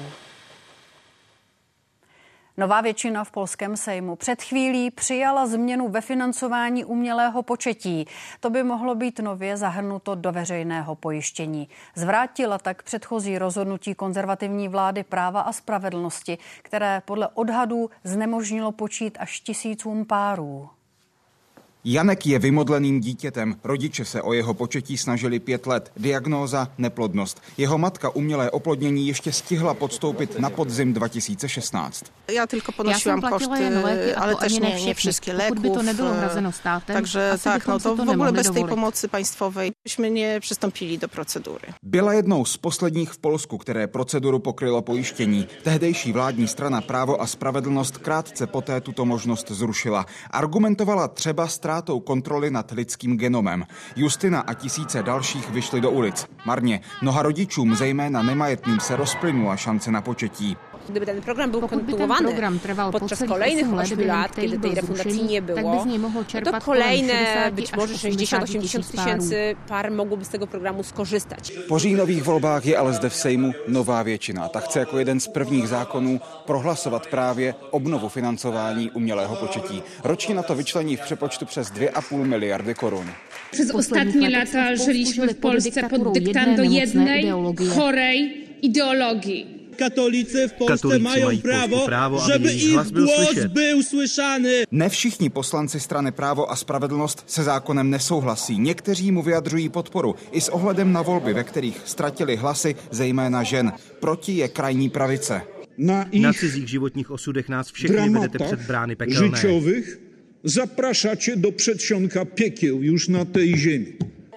Nová většina v polském sejmu před chvílí přijala změnu ve financování umělého početí. To by mohlo být nově zahrnuto do veřejného pojištění. Zvrátila tak předchozí rozhodnutí konzervativní vlády Práva a spravedlnosti, které podle odhadů znemožnilo počít až tisícům párů. Janek je vymodleným dítětem. Rodiče se o jeho početí snažili pět let. Diagnóza neplodnost. Jeho matka umělé oplodnění ještě stihla podstoupit na podzim dva tisíce šestnáct. Já tylko ponosiłam koszty, ale też nie, nie wszystkie leków. By to nebylo hrazeno státem, takže tak, no to, to v ogóle bez té pomoci państwowej byśmy nie przystąpili do procedury. Byla jednou z posledních v Polsku, které proceduru pokrylo pojištění. Tehdejší vládní strana Právo a spravedlnost krátce poté tuto možnost zrušila. Argumentovala třeba ztrátou kontroly nad lidským genomem. Justina a tisíce dalších vyšly do ulic. Marně. Mnoha rodičům, zejména nemajetným, se rozplynula šance na početí. Gdyby ten program był kontynuowany podczas kolejnych ośmiu lat, kiedy tej refundacji nie było, to kolejne być może sześćdziesiąt osiemdziesiąt tysięcy par mogłoby z tego programu skorzystać. Po říjnových volbách je ale zde v Sejmu nová většina. Ta chce jako jeden z prvních zákonů prohlasovat právě obnovu financování umělého početí. Ročně na to vyčlení v přepočtu přes dvě a půl miliardy korun. Przez ostatnie lata żyliśmy w Polsce pod dyktando jednej chorej ideologii. Katolicy v Polsce mají právo, právo żeby ich głos byl, byl slyšany. Ne všichni poslanci strany Právo a spravedlnost se zákonem nesouhlasí. Někteří mu vyjadřují podporu i s ohledem na volby, ve kterých ztratili hlasy zejména žen. Proti je krajní pravice. Na, na cizích životních osudech nás všechny vedete před brány pekelné. Życiowych zapraszacie do przedsionka piekieł już na tej ziemi.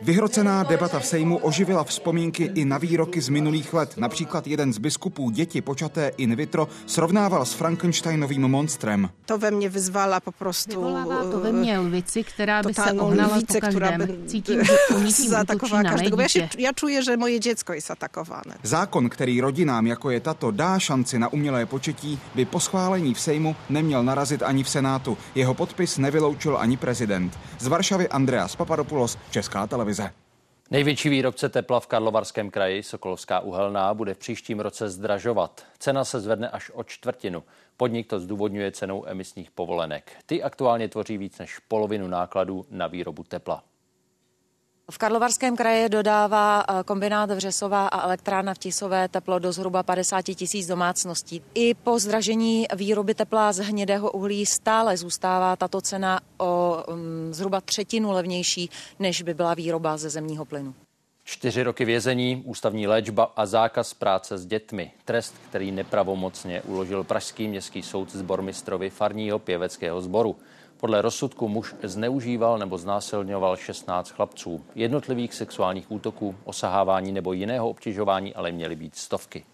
Vyhrocená debata v Sejmu oživila vzpomínky i na výroky z minulých let. Například jeden z biskupů děti počaté in vitro srovnával s Frankensteinovým monstrem. To ve mně vyzvala po prostu... Vyvolává to ve mně lvici, která by se ohnala po každém. By... Cítím, že uničím útočí na mé dítě. Já čuję, že moje děcko je atakováno. Zákon, který rodinám, jako je tato, dá šanci na umělé početí, by po schválení v Sejmu neměl narazit ani v Senátu. Jeho podpis nevyloučil ani prezident. Z Varšavy Andreas Papadopoulos, Česká televize. Největší výrobce tepla v Karlovarském kraji, Sokolovská uhelná, bude v příštím roce zdražovat. Cena se zvedne až o čtvrtinu. Podnik to zdůvodňuje cenou emisních povolenek. Ty aktuálně tvoří víc než polovinu nákladů na výrobu tepla. V Karlovarském kraji dodává kombinát Vřesová a elektrárna v Tisové teplo do zhruba padesát tisíc domácností. I po zdražení výroby tepla z hnědého uhlí stále zůstává tato cena o um, zhruba třetinu levnější, než by byla výroba ze zemního plynu. Čtyři roky vězení, ústavní léčba a zákaz práce s dětmi. Trest, který nepravomocně uložil pražský městský soud sbormistrovi farního pěveckého sboru. Podle rozsudku muž zneužíval nebo znásilňoval šestnáct chlapců. Jednotlivých sexuálních útoků, osahávání nebo jiného obtěžování ale měly být stovky.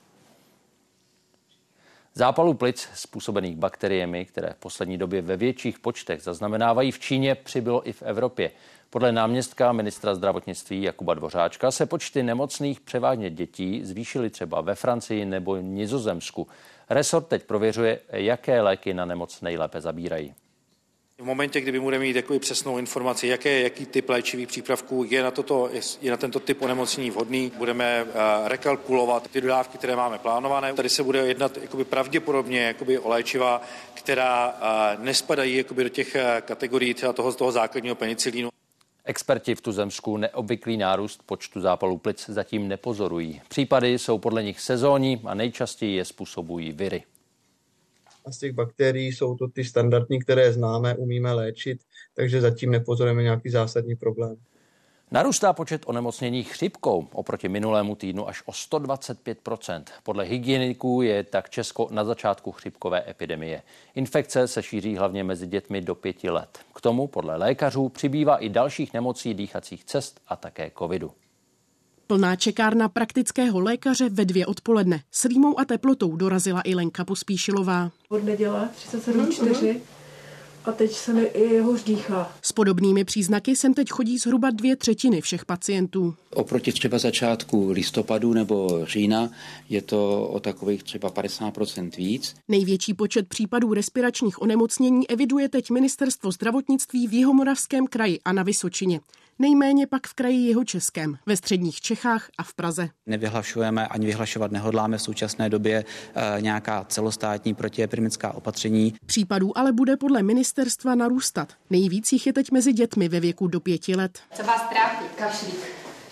Zápalu plic způsobených bakteriemi, které v poslední době ve větších počtech zaznamenávají v Číně, přibylo i v Evropě. Podle náměstka ministra zdravotnictví Jakuba Dvořáčka se počty nemocných převážně dětí zvýšily třeba ve Francii nebo Nizozemsku. Resort teď prověřuje, jaké léky na nemoc nejlépe zabírají. V momentě, kdyby budeme mít takový přesnou informaci, jaké, jaký typ léčivých přípravků je na, toto, je na tento typ onemocnění vhodný, budeme uh, rekalkulovat ty dodávky, které máme plánované. Tady se bude jednat jakoby pravděpodobně jakoby o léčiva, která uh, nespadají jakoby do těch uh, kategorií třeba toho, z toho základního penicilínu. Experti v Tuzemsku neobvyklý nárůst počtu zápalů plic zatím nepozorují. Případy jsou podle nich sezónní a nejčastěji je způsobují viry. A z těch bakterií jsou to ty standardní, které známe, umíme léčit, takže zatím nepozorujeme nějaký zásadní problém. Narůstá počet onemocnění chřipkou oproti minulému týdnu až o sto dvacet pět procent. Podle hygieniků je tak Česko na začátku chřipkové epidemie. Infekce se šíří hlavně mezi dětmi do pěti let. K tomu podle lékařů přibývá i dalších nemocí dýchacích cest a také covidu. Plná čekárna praktického lékaře ve dvě odpoledne. S rýmou a teplotou dorazila i Lenka Pospíšilová. Od neděle třicet sedm čtyři a teď se mi i hůř dýchá. S podobnými příznaky sem teď chodí zhruba dvě třetiny všech pacientů. Oproti třeba začátku listopadu nebo října je to o takových třeba padesát procent víc. Největší počet případů respiračních onemocnění eviduje teď Ministerstvo zdravotnictví v Jihomoravském kraji a na Vysočině. Nejméně pak v kraji Jihočeském, ve středních Čechách a v Praze. Nevyhlašujeme ani vyhlašovat nehodláme v současné době e, nějaká celostátní protiepidemická opatření. Případů ale bude podle ministerstva narůstat. Nejvíc jich je teď mezi dětmi ve věku do pěti let. Co vás trápí? Kašlík.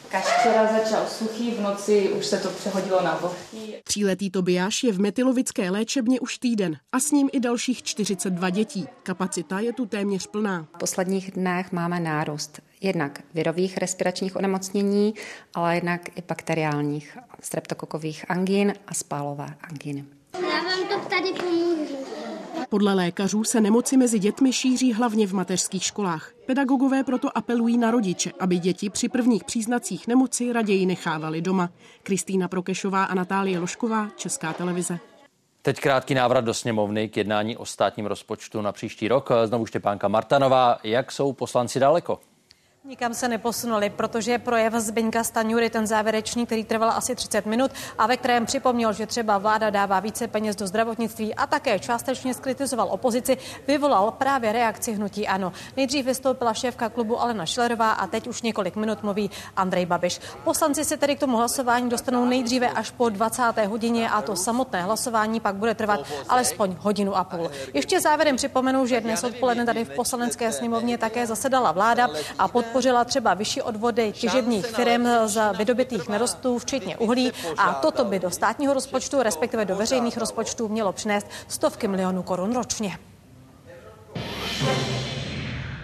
Včera začal suchý, v noci už se to přehodilo na vlhký. Tříletý Tobiáš je v Metylovické léčebně už týden a s ním i dalších čtyřicet dva dětí. Kapacita je tu téměř plná. V posledních dnech máme nárůst jednak virových respiračních onemocnění, ale jednak i bakteriálních, streptokokových angín a spálové angíny. Já vám to tady pomůžu. Podle lékařů se nemoci mezi dětmi šíří hlavně v mateřských školách. Pedagogové proto apelují na rodiče, aby děti při prvních příznacích nemoci raději nechávali doma. Kristýna Prokešová a Natálie Lošková, Česká televize. Teď krátký návrat do sněmovny k jednání o státním rozpočtu na příští rok. Znovu Štěpánka Martanová. Jak jsou poslanci daleko? Nikam se neposunuli, protože projev Zbyňka Stanjury, ten závěrečný, který trval asi třicet minut a ve kterém připomněl, že třeba vláda dává více peněz do zdravotnictví a také částečně skritizoval opozici, vyvolal právě reakci hnutí ANO. Nejdřív vystoupila šéfka klubu Alena Schillerová a teď už několik minut mluví Andrej Babiš. Poslanci se tedy k tomu hlasování dostanou nejdříve až po dvacáté hodině a to samotné hlasování pak bude trvat alespoň hodinu a půl. Ještě závěrem připomenu, že dnes odpoledne tady v Poslanecké sněmovně také zasedala vláda a podpořila třeba vyšší odvody těžebních firm za vydobitých nerostů, včetně uhlí, a toto by do státního rozpočtu, respektive do veřejných rozpočtů, mělo přinést stovky milionů korun ročně.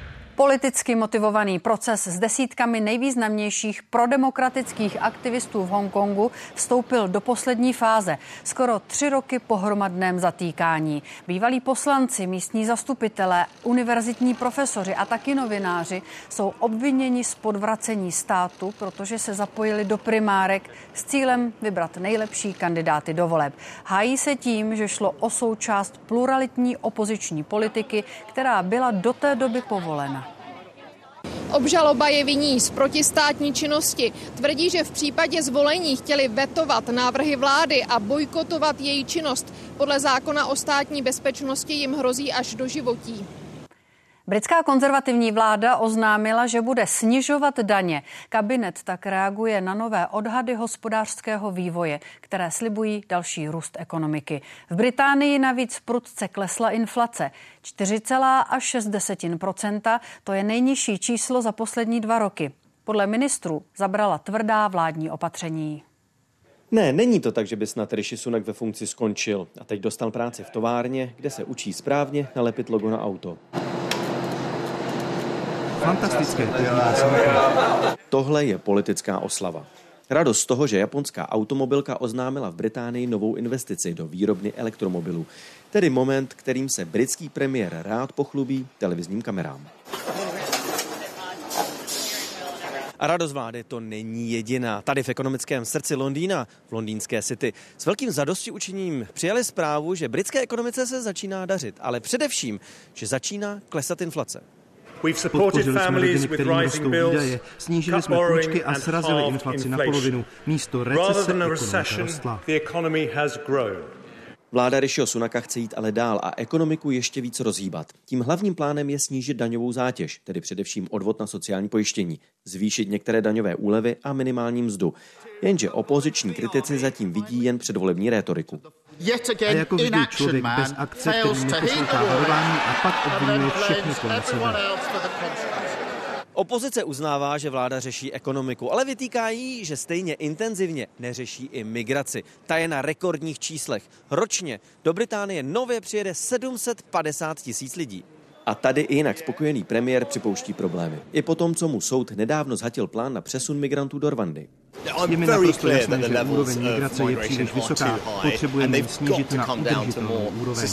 Politicky motivovaný proces s desítkami nejvýznamnějších prodemokratických aktivistů v Hongkongu vstoupil do poslední fáze. Skoro tři roky po hromadném zatýkání. Bývalí poslanci, místní zastupitelé, univerzitní profesoři a taky novináři jsou obviněni z podvracení státu, protože se zapojili do primárek s cílem vybrat nejlepší kandidáty do voleb. Hájí se tím, že šlo o součást pluralitní opoziční politiky, která byla do té doby povolena. Obžaloba je viní z protistátní činnosti. Tvrdí, že v případě zvolení chtěli vetovat návrhy vlády a bojkotovat její činnost. Podle zákona o státní bezpečnosti jim hrozí až doživotí. Britská konzervativní vláda oznámila, že bude snižovat daně. Kabinet tak reaguje na nové odhady hospodářského vývoje, které slibují další růst ekonomiky. V Británii navíc prudce klesla inflace. čtyři celá šest procenta, to je nejnižší číslo za poslední dva roky. Podle ministrů zabrala tvrdá vládní opatření. Ne, není to tak, že by snad Rishi Sunak ve funkci skončil a teď dostal práci v továrně, kde se učí správně nalepit logo na auto. Fantastické. Tohle je politická oslava. Radost z toho, že japonská automobilka oznámila v Británii novou investici do výrobny elektromobilů. Tedy moment, kterým se britský premiér rád pochlubí televizním kamerám. A radost vlády to není jediná. Tady v ekonomickém srdci Londýna, v londýnské City, s velkým zadostiučiněním přijali zprávu, že britské ekonomice se začíná dařit, ale především, že začíná klesat inflace. Podpořili jsme rodiny, kterým rostou výdaje, snížili jsme půjčky a srazili inflaci na polovinu. Místo recese ekonomika rostla. Vláda Rishiho Sunaka chce jít ale dál a ekonomiku ještě víc rozhýbat. Tím hlavním plánem je snížit daňovou zátěž, tedy především odvod na sociální pojištění, zvýšit některé daňové úlevy a minimální mzdu. Jenže opoziční kritici zatím vidí jen předvolební rétoriku. A jako vždy člověk bez akce, který neposlouchá varování a pak obvinuje všechny kolem sebe. Opozice uznává, že vláda řeší ekonomiku, ale vytýká jí, že stejně intenzivně neřeší i migraci. Ta je na rekordních číslech. Ročně do Británie nově přijede sedm set padesát tisíc lidí. A tady i jinak spokojený premiér připouští problémy. I po tom, co mu soud nedávno zhatil plán na přesun migrantů do Rwandy. Je mi naprosto jasné, že úroveň migrace je příliš vysoká. Potřebujeme ji snížit na udržitelnou úroveň.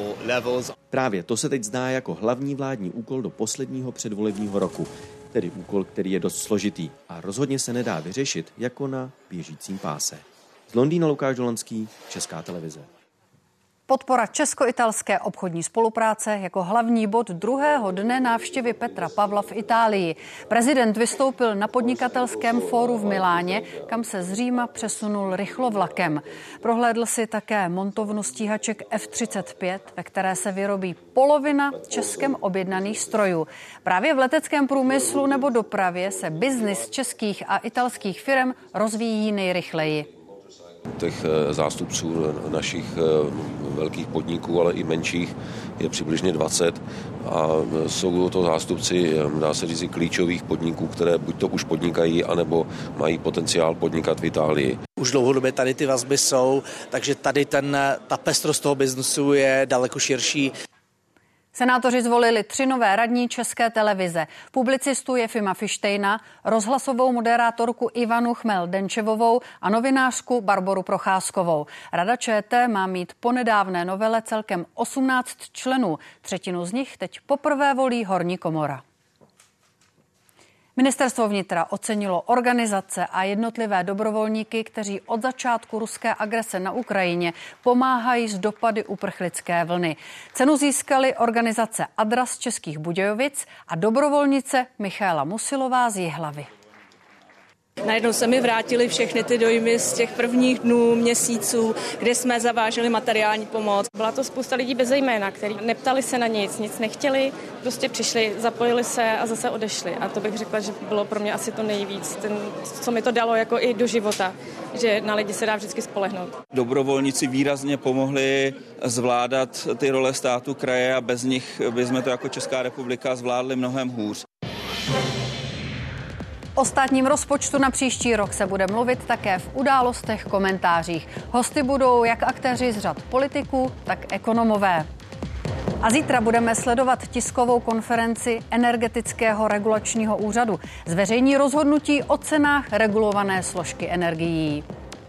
Právě to se teď zdá jako hlavní vládní úkol do posledního předvolebního roku. Tedy úkol, který je dost složitý a rozhodně se nedá vyřešit jako na běžícím páse. Z Londýna Lukáš Dolanský, Česká televize. Podpora česko-italské obchodní spolupráce jako hlavní bod druhého dne návštěvy Petra Pavla v Itálii. Prezident vystoupil na podnikatelském fóru v Miláně, kam se z Říma přesunul rychlovlakem. Prohlédl si také montovnu stíhaček F třicet pět, ve které se vyrobí polovina českem objednaných strojů. Právě v leteckém průmyslu nebo dopravě se biznis českých a italských firem rozvíjí nejrychleji. Těch zástupců našich velkých podniků, ale i menších je přibližně dvacet a jsou to zástupci, dá se říct, klíčových podniků, které buď to už podnikají, anebo mají potenciál podnikat v Itálii. Už dlouhodobě tady ty vazby jsou, takže tady ten, ta pestrost toho biznesu je daleko širší. Senátoři zvolili tři nové radní České televize. Publicistu Jefima Fištejna, rozhlasovou moderátorku Ivanu Chmel-Denčevovou a novinářku Barboru Procházkovou. Rada ČT má mít po nedávné novele celkem osmnáct členů. Třetinu z nich teď poprvé volí horní komora. Ministerstvo vnitra ocenilo organizace a jednotlivé dobrovolníky, kteří od začátku ruské agrese na Ukrajině pomáhají s dopady uprchlické vlny. Cenu získali organizace Adra z Českých Budějovic a dobrovolnice Michaela Musilová z Jihlavy. Najednou se mi vrátily všechny ty dojmy z těch prvních dnů, měsíců, kde jsme zaváželi materiální pomoc. Byla to spousta lidí bez jména, kteří neptali se na nic, nic nechtěli, prostě přišli, zapojili se a zase odešli. A to bych řekla, že bylo pro mě asi to nejvíc, ten, co mi to dalo jako i do života, že na lidi se dá vždycky spolehnout. Dobrovolníci výrazně pomohli zvládat ty role státu, kraje a bez nich bychom to jako Česká republika zvládli mnohem hůř. O státním rozpočtu na příští rok se bude mluvit také v Událostech komentářích. Hosty budou jak aktéři z řad politiků, tak ekonomové. A zítra budeme sledovat tiskovou konferenci Energetického regulačního úřadu. Zveřejní rozhodnutí o cenách regulované složky energií.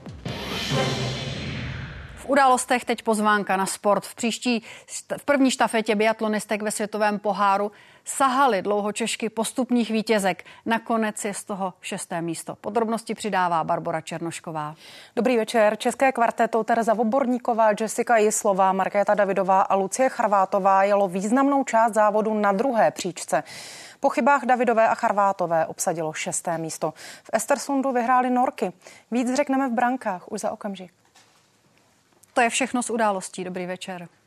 V událostech teď pozvánka na sport. V příští, v první štafetě biatlonistek ve světovém poháru sahaly dlouhočešky postupních vítězek. Nakonec je z toho šesté místo. Podrobnosti přidává Barbora Černošková. Dobrý večer. České kvarteto Tereza Voborníková, Jessica Jislová, Markéta Davidová a Lucie Charvátová jelo významnou část závodu na druhé příčce. Po chybách Davidové a Charvátové obsadilo šesté místo. V Estersundu vyhrály Norky. Víc řekneme v brankách už za okamžik. To je všechno z událostí. Dobrý večer.